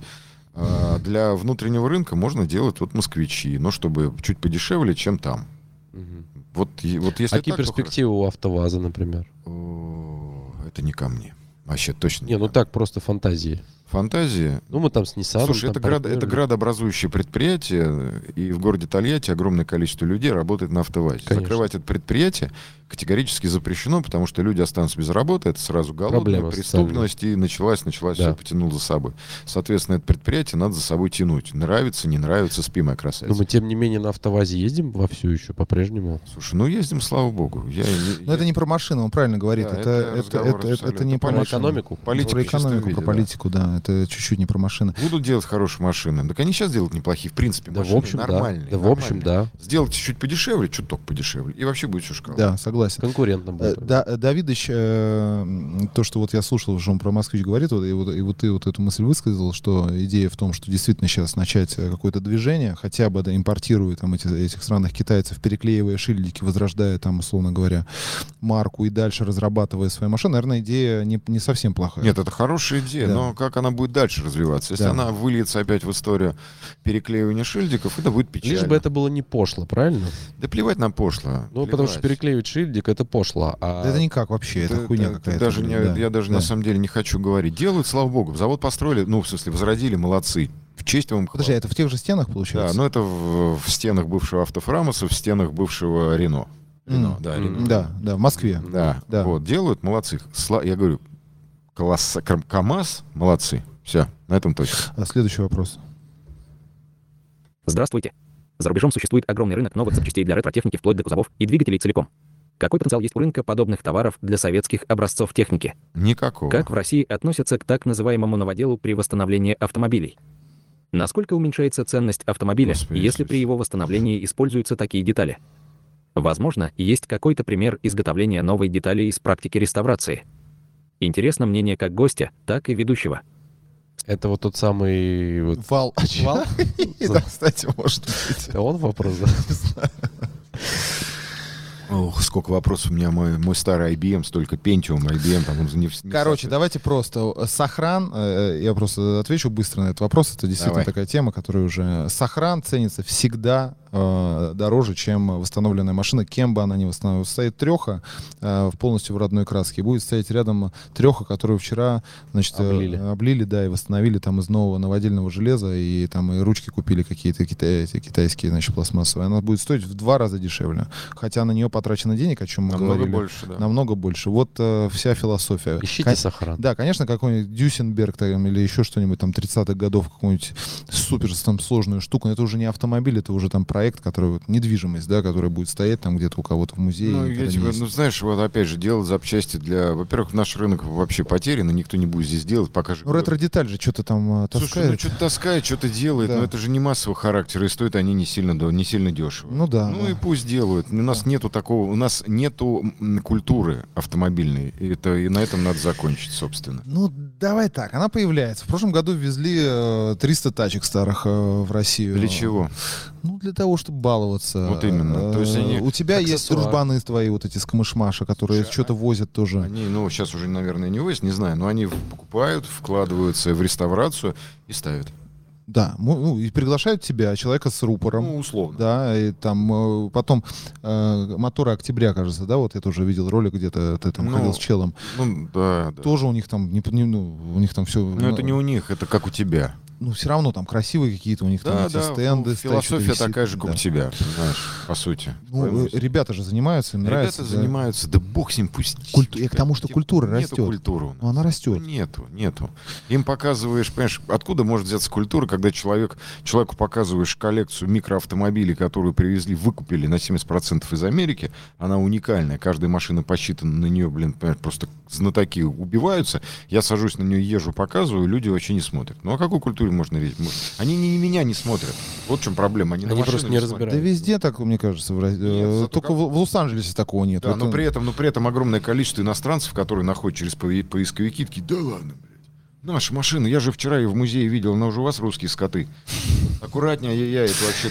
Для внутреннего рынка можно делать вот «Москвичи», но чтобы чуть подешевле, чем там. Вот если какие перспективы у «АвтоВАЗа», например? Это не ко мне. Вообще точно. Ну так, просто фантазии. фантазии. Ну, мы там с Nissan. Слушай, это градообразующее предприятие, и в городе Тольятти огромное количество людей работает на АвтоВАЗе. Конечно. Закрывать это предприятие категорически запрещено, потому что люди останутся без работы, это сразу голодная преступность, и началась, все потянул за собой. Соответственно, это предприятие надо за собой тянуть. Нравится, не нравится, спи, моя красавица. Но мы, тем не менее, на АвтоВАЗе ездим вовсю еще по-прежнему. Слушай, ездим, слава богу. Но это не про машину, он правильно говорит. Да, это не про экономику. Про экономику, про политику, да. Это чуть-чуть не про машины. Будут делать хорошие машины. Так они сейчас делают неплохие, в принципе, машины. В общем, нормальные. Да, в общем, да. Сделать чуть подешевле, чуток подешевле, и вообще будет все шкала. Да, согласен. Конкурентно будет. Давидыч, то, что вот я слушал, что он про «Москвич» говорит, и вот ты вот эту мысль высказал, что идея в том, что действительно сейчас начать какое-то движение, хотя бы импортируя там этих странных китайцев, переклеивая шильдики, возрождая там, условно говоря, марку и дальше разрабатывая свои машины, наверное, идея не совсем плохая. Нет, это хорошая идея, да. Но как она будет дальше развиваться? Если она выльется опять в историю переклеивания шильдиков, это будет печально. Лишь бы это было не пошло, правильно? Да плевать на пошло. Ну, потому что переклеивать шильдик — это пошло. Да это никак вообще, это хуйня какая-то. Я даже на самом деле не хочу говорить. Делают, слава богу. Завод построили, в смысле, возродили, молодцы. В честь вам. Подожди, это в тех же стенах, получается? Да, но это в стенах бывшего Автофрамуса, в стенах бывшего Рено. Рено. Да, в Москве. Да. Вот, делают, молодцы. Я говорю, КамАЗ, молодцы. Все, на этом точно. Следующий вопрос. Здравствуйте. За рубежом существует огромный рынок новых запчастей для ретро-техники вплоть до кузовов и двигателей целиком. Какой потенциал есть у рынка подобных товаров для советских образцов техники? Никакого. Как в России относятся к так называемому новоделу при восстановлении автомобилей? Насколько уменьшается ценность автомобиля, если при его восстановлении используются такие детали? Возможно, есть какой-то пример изготовления новой детали из практики реставрации. Интересно мнение как гостя, так и ведущего. Это вот тот самый... Вал. Да, кстати, может быть. Это он вопрос, да? Ох, сколько вопросов у меня. Мой старый IBM, столько Pentium, IBM. Там, Короче, давайте просто. Сохран, я просто отвечу быстро на этот вопрос. Это действительно такая тема, которая уже... Сохран ценится всегда дороже, чем восстановленная машина, кем бы она ни восстановилась. Стоит треха полностью в родной краске, будет стоять рядом треха, которую вчера, значит, облили, да, и восстановили там из нового новодельного железа, и там и ручки купили какие-то китайские, значит, пластмассовые. Она будет стоить в 2 раза дешевле. Хотя на нее потрачено денег, о чем мы говорили. Больше, да. Намного больше. Вот вся философия. Ищите сохран. Да, конечно, какой-нибудь Дюссенберг там, или еще что-нибудь там 30-х годов, какую-нибудь супер там сложную штуку, но это уже не автомобиль, это уже там проект, который вот, недвижимость, да, которая будет стоять там где-то у кого-то в музее. Знаешь, вот опять же, делать запчасти для... Во-первых, наш рынок вообще потерян, и никто не будет здесь делать, пока же... Ну, ретро-деталь же что-то там таскает. Слушай, что-то таскает, что-то делает, но это же не массового характера, и стоят они не сильно дешево. Ну да. И пусть делают. У нас нету такого, у нас нету культуры автомобильной, и на этом надо закончить, собственно. Ну, давай так, она появляется. В прошлом году ввезли 300 тачек старых в Россию. Для чего? Ну, для того, чтобы баловаться. Вот именно. То есть у тебя есть дружбаны твои, вот эти с камышмаша, которые что-то возят тоже. Они, сейчас уже, наверное, не возят, не знаю, но они покупают, вкладываются в реставрацию и ставят. Да, и приглашают тебя, человека с рупором. Ну, условно. Да, и там потом моторы «Октября», кажется, да, вот я тоже видел ролик, где-то ты там ходил с челом. Ну, да. Тоже у них там, у них там все... Ну, это не у них, это как у тебя. Ну, все равно там красивые какие-то у них там эти стенды. Философия такая же, как у тебя, понимаешь, по сути. Ну, ребята же занимаются, им нравится. Ребята занимаются, да бог с ним, пусть. Я к тому, что культура растет. Нету культуры. Ну, она растет. Нету. Им показываешь, понимаешь, откуда может взяться культура, когда человеку показываешь коллекцию микроавтомобилей, которую привезли, выкупили на 70% из Америки, она уникальная, каждая машина посчитана на нее, просто знатоки убиваются, я сажусь на нее, езжу, показываю, люди вообще не смотрят. Ну, о какой культуре можно речь? Они меня не смотрят. Вот в чем проблема. Они просто не разбираются. Да везде так, мне кажется. Только в Лос-Анджелесе такого нет. Да, но при этом огромное количество иностранцев, которые находят через поисковики, такие, да ладно, блядь. Наша машина, я же вчера ее в музее видел, она уже у вас русские скоты. Аккуратнее, это вообще...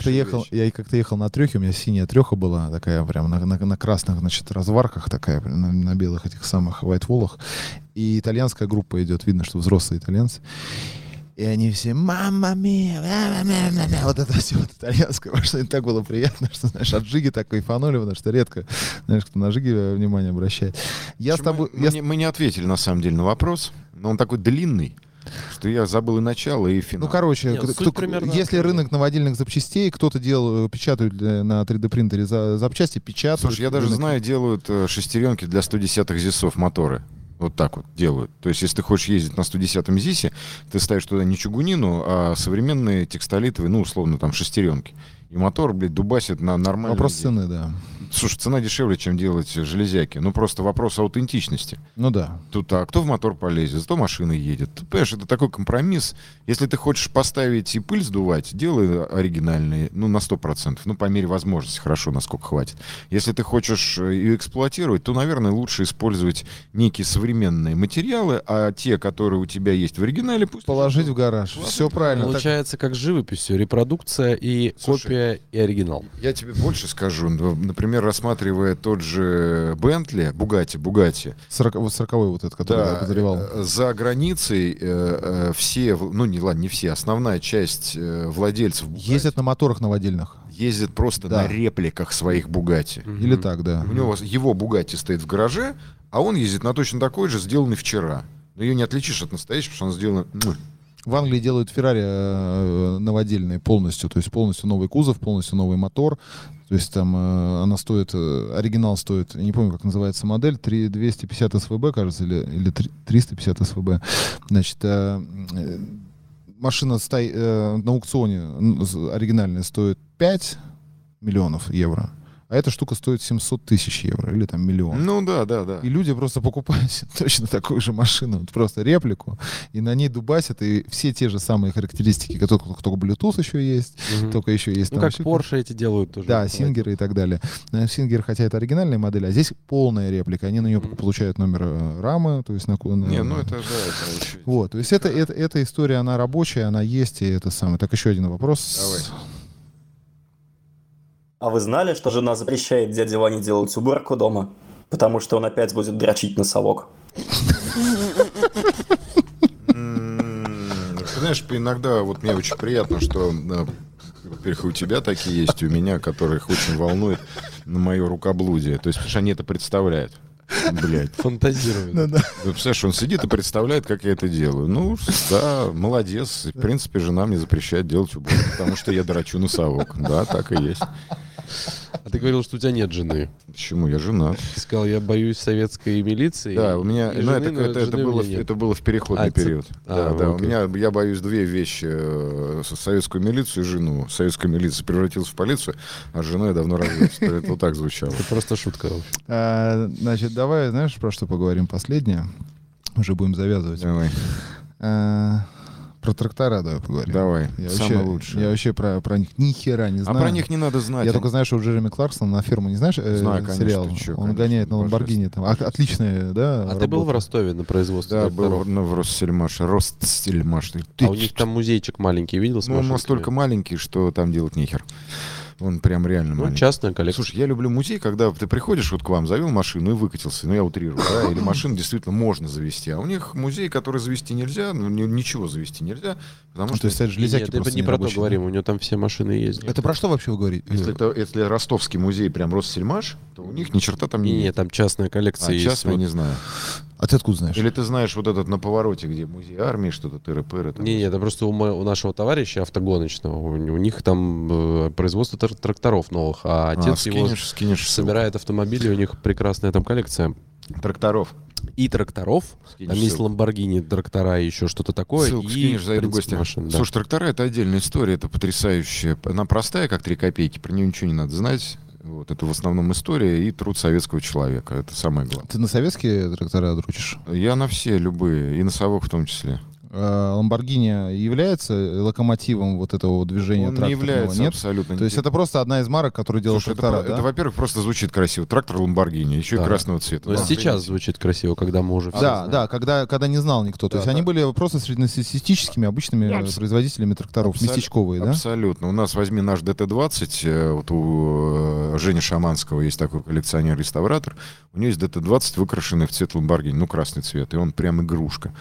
Я как-то ехал на трехе, у меня синяя треха была, такая прям на красных, значит, разварках такая, на белых этих самых вайтволах. И итальянская группа идет, видно, что взрослые итальянцы. И они все «Мамма мия!» Вот это все вот итальянское. Потому так было приятно, что, знаешь, от Жиги так кайфанули, потому что редко, знаешь, кто на Жиге внимание обращает. Мы не ответили, на самом деле, на вопрос, но он такой длинный. Что я забыл и начало, и финал. Ну, короче, если рынок наводильных запчастей, кто-то печатают на 3D-принтере запчасти, печатают. Слушай, я даже знаю, делают шестеренки для 110-х ЗИСов моторы. Вот так вот делают. То есть, если ты хочешь ездить на 110-м ЗИСе, ты ставишь туда не чугунину, а современные текстолитовые, ну, условно, там, шестеренки. И мотор, блядь, дубасит на нормальном... Вопрос цены, да. Слушай, цена дешевле, чем делать железяки. Ну, просто вопрос аутентичности. Ну да. Тут, а кто в мотор полезет, зато машина едет. Ты понимаешь, это такой компромисс. Если ты хочешь поставить и пыль сдувать, делай оригинальные, ну, на 100%. Ну, по мере возможности, хорошо, насколько хватит. Если ты хочешь ее эксплуатировать, то, наверное, лучше использовать некие современные материалы, а те, которые у тебя есть в оригинале, пусть... Положить в гараж. Все правильно. Получается, как с живописью. Репродукция и копия, и оригинал. Я тебе больше скажу. Например, рассматривая тот же Бентли, Бугатти. 40-й вот этот, который я подозревал. За границей все, ну не все, основная часть владельцев Бугатти ездят на моторах наводильных. Ездят просто на репликах своих Бугатти. Или так, да. У него его Бугатти стоит в гараже, а он ездит на точно такой же, сделанный вчера. Но ее не отличишь от настоящего, потому что он сделан... В Англии делают Феррари наводильные полностью, то есть полностью новый кузов, полностью новый мотор. То есть там она стоит, оригинал стоит, я не помню, как называется модель, 250 СВБ, кажется, или 350 СВБ. Значит, машина на аукционе оригинальная стоит 5 миллионов евро. А эта штука стоит 700 тысяч евро или там миллион. Ну да. И люди просто покупают точно такую же машину, вот просто реплику, и на ней дубасят, и все те же самые характеристики, только Bluetooth еще есть, только еще есть... Ну как Porsche эти делают тоже. Да, Сингеры и так далее. Сингер, хотя это оригинальная модель, а здесь полная реплика. Они на нее получают номер рамы, то есть на... Не, ну это да, это очень... Вот, то есть эта история, она рабочая, она есть, и это самое. Так, еще один вопрос. Давай. А вы знали, что жена запрещает дяде Ване делать уборку дома? Потому что он опять будет дрочить на совок. Знаешь, иногда вот мне очень приятно, что, во-первых, у тебя такие есть, у меня, которых очень волнует на мое рукоблудие. То есть, потому что они это представляют. Блядь. Фантазирует. Ты представляешь, он сидит и представляет, как я это делаю. Ну, да, молодец. В принципе, жена мне запрещает делать уборку, потому что я дрочу на совок. Да, так и есть. А ты говорил, что у тебя нет жены. Почему? Я женат. Ты сказал, я боюсь советской милиции. Да, у меня... Ну, это было в переходный период. Да, у меня... Я боюсь две вещи. Советскую милицию и жену. Советская милиция превратилась в полицию, а с женой я давно развелся. Это вот так звучало. Это просто шутка. Значит, давай, знаешь, про что поговорим последнее? Уже будем завязывать. Давай. Про трактора давай поговорим. Давай, самое лучшее. Я вообще про них ни хера не знаю. А про них не надо знать. Я только знаю, что у Джереми Кларксона на ферму, не знаешь, знаю, конечно, сериал? Он гоняет на Ламборгини. Там. Отличная, да, А ты был в Ростове на производстве тракторов? Да, был в Ростсельмаш. А у них там музейчик маленький, видел? Ну, он настолько маленький, что там делать нехер. Он прям реально маленький. Частная коллекция. Слушай, я люблю музей, когда ты приходишь вот к вам, завел машину и выкатился. Ну, я утрирую, да? Или машину действительно можно завести. А у них музей, который завести нельзя, ну, ничего завести нельзя. Потому что... То есть, железяки просто не про то говорим, у него там все машины ездят. Это про что вообще вы говорите? Если ростовский музей прям Ростсельмаш, то у них ни черта там не... Нет, там частная коллекция есть. Частная, не знаю. А ты откуда знаешь? Или ты знаешь вот этот на повороте, где музей армии, что-то тыры-пыры? Не, это просто у нашего товарища автогоночного. У них там производство тракторов новых, а отец его собирает автомобили, у них прекрасная там коллекция. Тракторов. И тракторов. Там есть Ламборгини, трактора и еще что-то такое. Ссылку скинешь, зайду в гости. Машин, Слушай, трактора — это отдельная история, это потрясающая. Она простая, как 3 копейки, про нее ничего не надо знать. Вот, это в основном история и труд советского человека. Это самое главное. Ты на советские трактора дрочишь? Я на все, любые. И на совок в том числе. Ламборгини является локомотивом вот этого движения тракторного? Он не является, нет? абсолютно. То есть это просто одна из марок, которая делает трактора, это, во-первых, просто звучит красиво. Трактор Ламборгини, еще и красного цвета. Но сейчас звучит красиво, когда мы уже все знаем. Когда не знал никто. То есть они были просто среднестатистическими, обычными производителями тракторов, местечковые, да? Абсолютно. У нас, возьми наш ДТ-20, вот у Жени Шаманского есть такой коллекционер-реставратор, у него есть ДТ-20, выкрашенный в цвет Ламборгини, ну, красный цвет, и он прям игрушка.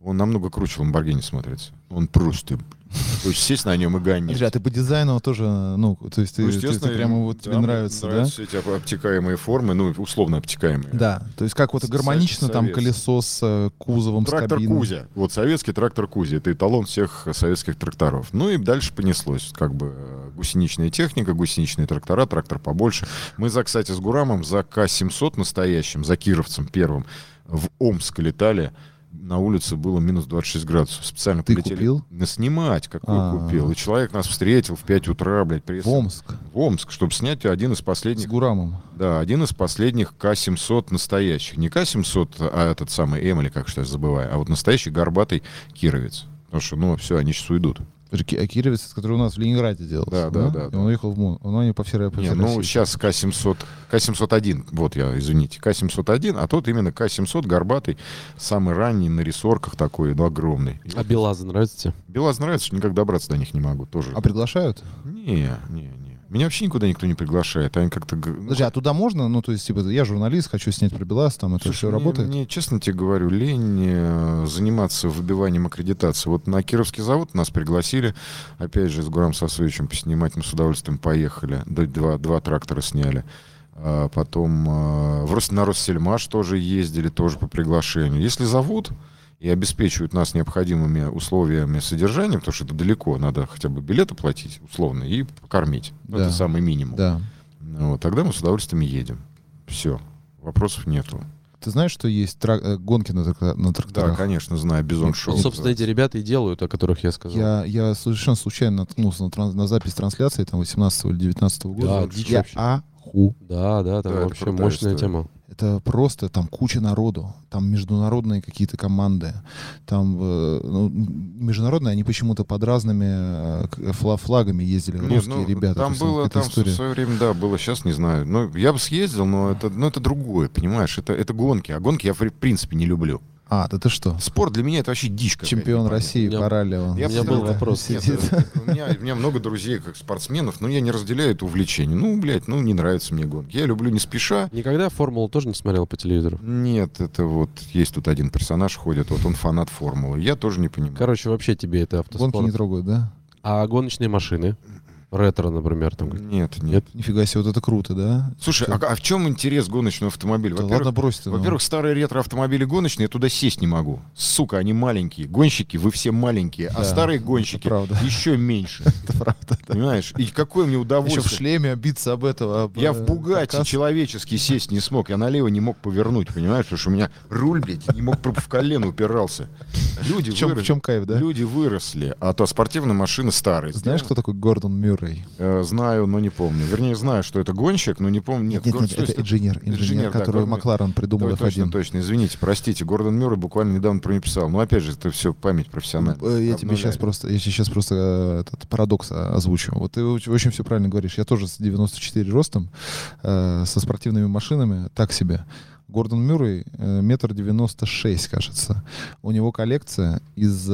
Он намного круче Lamborghini смотрится. Он просто... То есть сесть на нем и гонять. Подожди, а ты по дизайну тоже, ну, то есть ты прямо вот тебе нравится, да? Эти обтекаемые формы, ну, условно обтекаемые. Да, то есть как вот гармонично там колесо с кузовом, с кабиной. Трактор Кузя. Вот советский трактор Кузя. Это эталон всех советских тракторов. Ну и дальше понеслось. Как бы гусеничная техника, гусеничные трактора, трактор побольше. Мы, кстати, с Гурамом за К-700 настоящим, за кировцем первым, в Омск летали. На улице было минус 26 градусов. Специально ты полетели. Купил? Снимать, какой купил. И человек нас встретил в 5 утра, блядь. В Омск? В Омск, чтобы снять один из последних... С Гурамом? Да, один из последних К-700 настоящих. Не К-700, а этот самый Эмили, как сейчас забываю, а вот настоящий горбатый кировец. Потому что, ну, все, они сейчас уйдут. А Кировец, который у нас в Ленинграде делался. Да. И он уехал в Мон. Он по всей России. Ну, сейчас К-701, вот я, извините, К-701, а тот именно К-700, горбатый, самый ранний, на рессорках такой, ну, огромный. А БелАЗы нравятся тебе? БелАЗ нравится, что никак добраться до них не могу тоже. А приглашают? Не. Меня вообще никуда никто не приглашает. Они как-то... Подожди, а туда можно? Ну, то есть, типа, я журналист, хочу снять про БелАЗ, там это все работает? Мне, честно тебе говорю, лень заниматься выбиванием аккредитации. Вот на Кировский завод нас пригласили, опять же, с Гурам Сосовичем поснимать, мы с удовольствием поехали. Два трактора сняли. А потом на Россельмаш тоже ездили, тоже по приглашению. Если зовут и обеспечивают нас необходимыми условиями содержания, потому что это далеко, надо хотя бы билет оплатить, условно, и покормить. Да. Это самый минимум. Да. Вот, тогда мы с удовольствием едем. Все, вопросов нету. Ты знаешь, что есть гонки на тракторах? Да, конечно, знаю, Бизон-шоу. Ну, собственно, эти ребята и делают, о которых я сказал. Я совершенно случайно наткнулся на запись трансляции там 18 или 19 года. Да, дичь вообще. Да, там вообще мощная тема. Это просто там куча народу, там международные какие-то команды, там международные, они почему-то под разными флагами ездили, русские ребята. Там было, там в свое время, да, было, сейчас не знаю. Ну, я бы съездил, но это другое, понимаешь, это гонки, а гонки я в принципе не люблю. Да ты что? Спорт для меня это вообще дичь. Чемпион России по ралли. У меня был вопрос. У меня много друзей как спортсменов, но я не разделяю это увлечение. Ну, блядь, не нравятся мне гонки. Я люблю не спеша. Никогда формулу тоже не смотрел по телевизору? Нет, это вот есть тут один персонаж ходит, вот он фанат формулы. Я тоже не понимаю. Короче, вообще тебе это автоспорт. Гонки не трогают, да? А гоночные машины? Ретро, например, там. Нет. Нифига себе, вот это круто, да? Слушай, а в чем интерес гоночного автомобиля? Да ладно, брось ты. Во-первых, старые ретро-автомобили гоночные, я туда сесть не могу. Сука, они маленькие. Гонщики, вы все маленькие. Да, а старые гонщики еще меньше. Это правда. Понимаешь? И какое мне удовольствие. Еще в шлеме биться об этого. Я в Бугатти человечески сесть не смог. Я налево не мог повернуть, понимаешь? Потому что у меня руль, блядь, не мог в колено упирался. В чем кайф, да? Люди выросли, а то спортивные машины старые. Знаешь, кто такой Гордон Мюррей? Знаю, но не помню. Вернее, знаю, что это гонщик, но не помню. Нет, это инженер, который Макларен придумал F1. Точно, извините, простите. Гордон Мюррей буквально недавно про него писал. Но опять же, это все память профессиональная. Я тебе сейчас просто этот парадокс озвучу. Вот ты очень все правильно говоришь. Я тоже с 94 ростом, со спортивными машинами, так себе. Гордон Мюррей 1,96 м, кажется. У него коллекция из...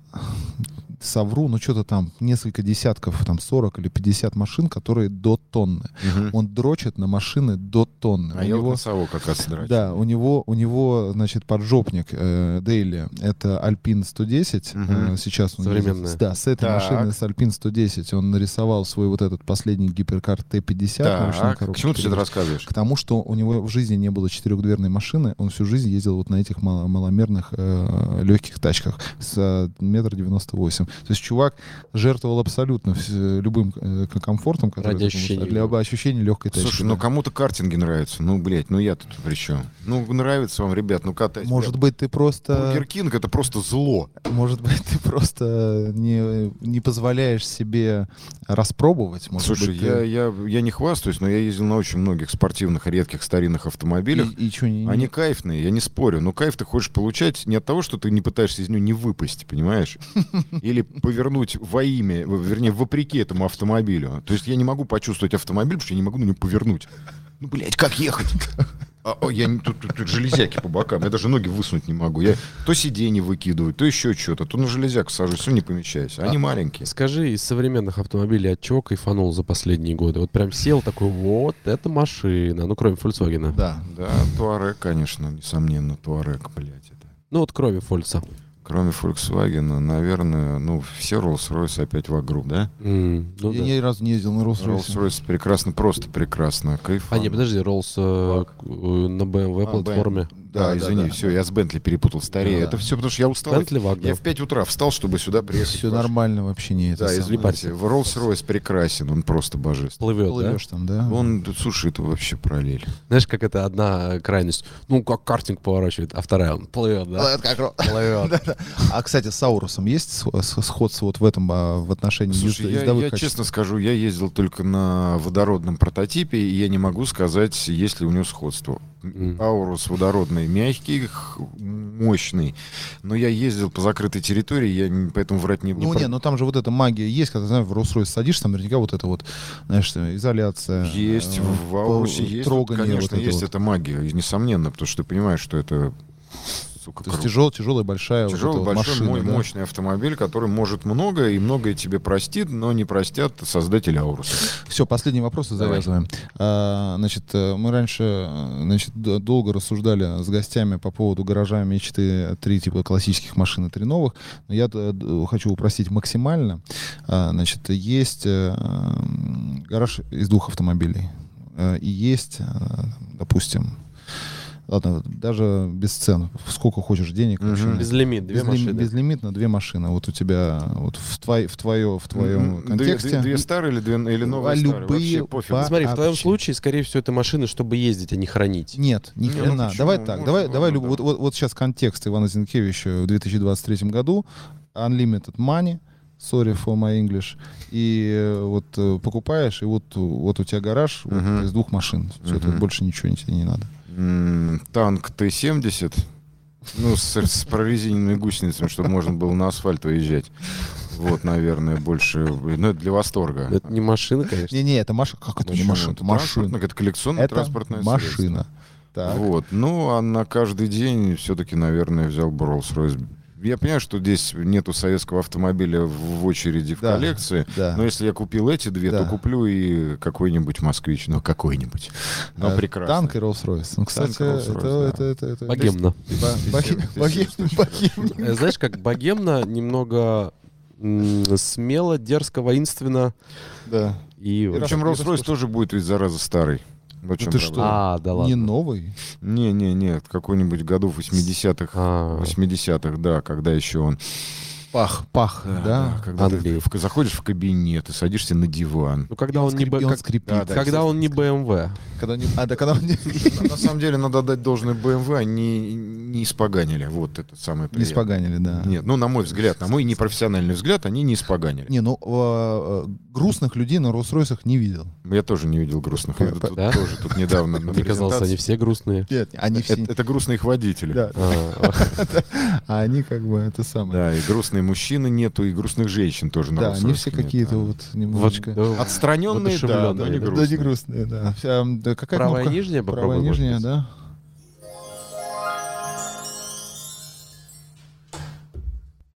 совру, что-то там, несколько десятков, там 40 или 50 машин, которые до тонны. Он дрочит на машины до тонны. А я вот на сову как раз дрочу. Да, у него, значит, поджопник Дейли, это Alpine 110. Сейчас он современная. Да, с этой машины, с Alpine 110, он нарисовал свой вот этот последний гиперкар Т-50. К чему ты это рассказываешь? К тому, что у него в жизни не было четырехдверной машины, он всю жизнь ездил вот на этих маломерных легких тачках с 1,98 м. То есть чувак жертвовал абсолютно любым комфортом, который для ощущения легкой тачки. Слушай, кому-то картинги нравятся. Я тут при чем? Нравится вам, ребят, катать. Может быть, ты просто... Бургер Кинг — это просто зло. Может быть, ты просто не позволяешь себе распробовать. Слушай, я не хвастаюсь, но я ездил на очень многих спортивных, редких, старинных автомобилях. И что, они кайфные, я не спорю. Но кайф ты хочешь получать не от того, что ты не пытаешься из него не выпасть, понимаешь? Или повернуть вопреки этому автомобилю. То есть я не могу почувствовать автомобиль, потому что я не могу на него повернуть. Как ехать? Тут железяки по бокам. Я даже ноги высунуть не могу. Я то сиденье выкидываю, то еще что-то. То на железяку сажусь, все не помещаюсь. Они маленькие. Скажи, из современных автомобилей от чего кайфанул за последние годы? Вот прям сел такой, вот, это машина. Кроме Volkswagen. Да, Touareg, конечно, несомненно. Touareg, блядь. Кроме Фольца. Кроме Volkswagen, наверное, ну, все Rolls-Royce опять вокруг, да? Я ни разу не ездил на Rolls-Royce. Rolls-Royce прекрасно, просто прекрасно. Кайф. Не, подожди, Rolls на BMW платформе. Да, извини, все, я с Бентли перепутал, старее. Это все потому, что я устал. Я в 5 утра встал, чтобы сюда приехать. Все нормально, вообще не это. Да, извините, в Rolls-Royce прекрасен, он просто божественный. Плывешь там, да? Он, слушай, это вообще параллель. Знаешь, как это одна крайность? Ну, как картинг поворачивает, а вторая он плывет, да? Плывет. А, кстати, с Аурусом есть сходство вот в этом, в отношении ездовых качеств? Я честно скажу, я ездил только на водородном прототипе, и я не могу сказать, есть ли у него сходство. Аурус водородный, мягкий, мощный. Но я ездил по закрытой территории, я поэтому врать не буду. Ну там же вот эта магия есть, когда, знаешь, в Rolls-Royce садишься, там наверняка вот это вот, знаешь, изоляция. Есть, в Аурусе есть, конечно, есть эта магия, несомненно, потому что ты понимаешь, что это... То есть тяжелая, большая машина, да? Мощный автомобиль, который может многое, и многое тебе простит, но не простят создатели Ауруса. Все, последний вопрос и завязываем. Мы раньше долго рассуждали с гостями по поводу гаража мечты, 3 типа классических машин и 3 новых. Но я хочу упростить максимально. Есть гараж из 2 автомобилей. И есть, допустим, ладно, даже без цен. Сколько хочешь денег. Безлимит, 2 машины. Безлимитно 2 машины. Вот у тебя вот в твоем контексте. 2 старые или новые старые? Вообще пофиг. Смотри, в твоем случае, скорее всего, это машины, чтобы ездить, а не хранить. Нет, ни хрена. Давай так. Давай вот сейчас контекст Ивана Зинкевича в 2023 году. Unlimited money. Sorry for my English. И вот покупаешь, и вот у тебя гараж из 2 машин. Все, тут больше ничего тебе не надо. Танк Т-70, с прорезиненными гусеницами, чтобы можно было на асфальт выезжать. Вот, наверное, больше... Ну, это для восторга. Это не машина, конечно. Не, это машина. Как это не машина? Это машина. Это коллекционное транспортное средство. Машина. Так. Вот. Ну, а на каждый день все-таки, наверное, взял бы Rolls-Royce. Я понимаю, что здесь нету советского автомобиля в очереди в коллекции, но если я купил эти 2, то куплю и какой-нибудь москвич, какой-нибудь. Но прекрасно. Танк и Rolls-Royce. Ну, кстати, это... Богемно. Богемно. Знаешь, как богемно, немного смело, дерзко, воинственно. Да. Причем Rolls-Royce тоже будет ведь, зараза, старый. Вот ты что? Да ладно. Не новый? Не, какой-нибудь году 80-х, да, когда еще он... Пах, да? Когда ты заходишь в кабинет и садишься на диван. Ну, когда он не скрипит. Когда он не BMW. На самом деле, надо отдать должное BMW, они не испоганили. Вот это самое приятное. Не испоганили, да. Нет, на мой взгляд, на мой непрофессиональный взгляд, они не испоганили. Грустных людей на Rolls-Royce не видел. Я тоже не видел грустных. Я тоже тут недавно на Мне казалось, они все грустные. Нет, они все... Это грустные их водители. Да. А они как бы это самое. Да, и грустные мужчины нету, и грустных женщин тоже на Rolls-Royce. Да, они все какие-то вот немножечко... Отстраненные, да, но не грустные. Да, не грустные, да. Правая нижняя, правая нижняя, да.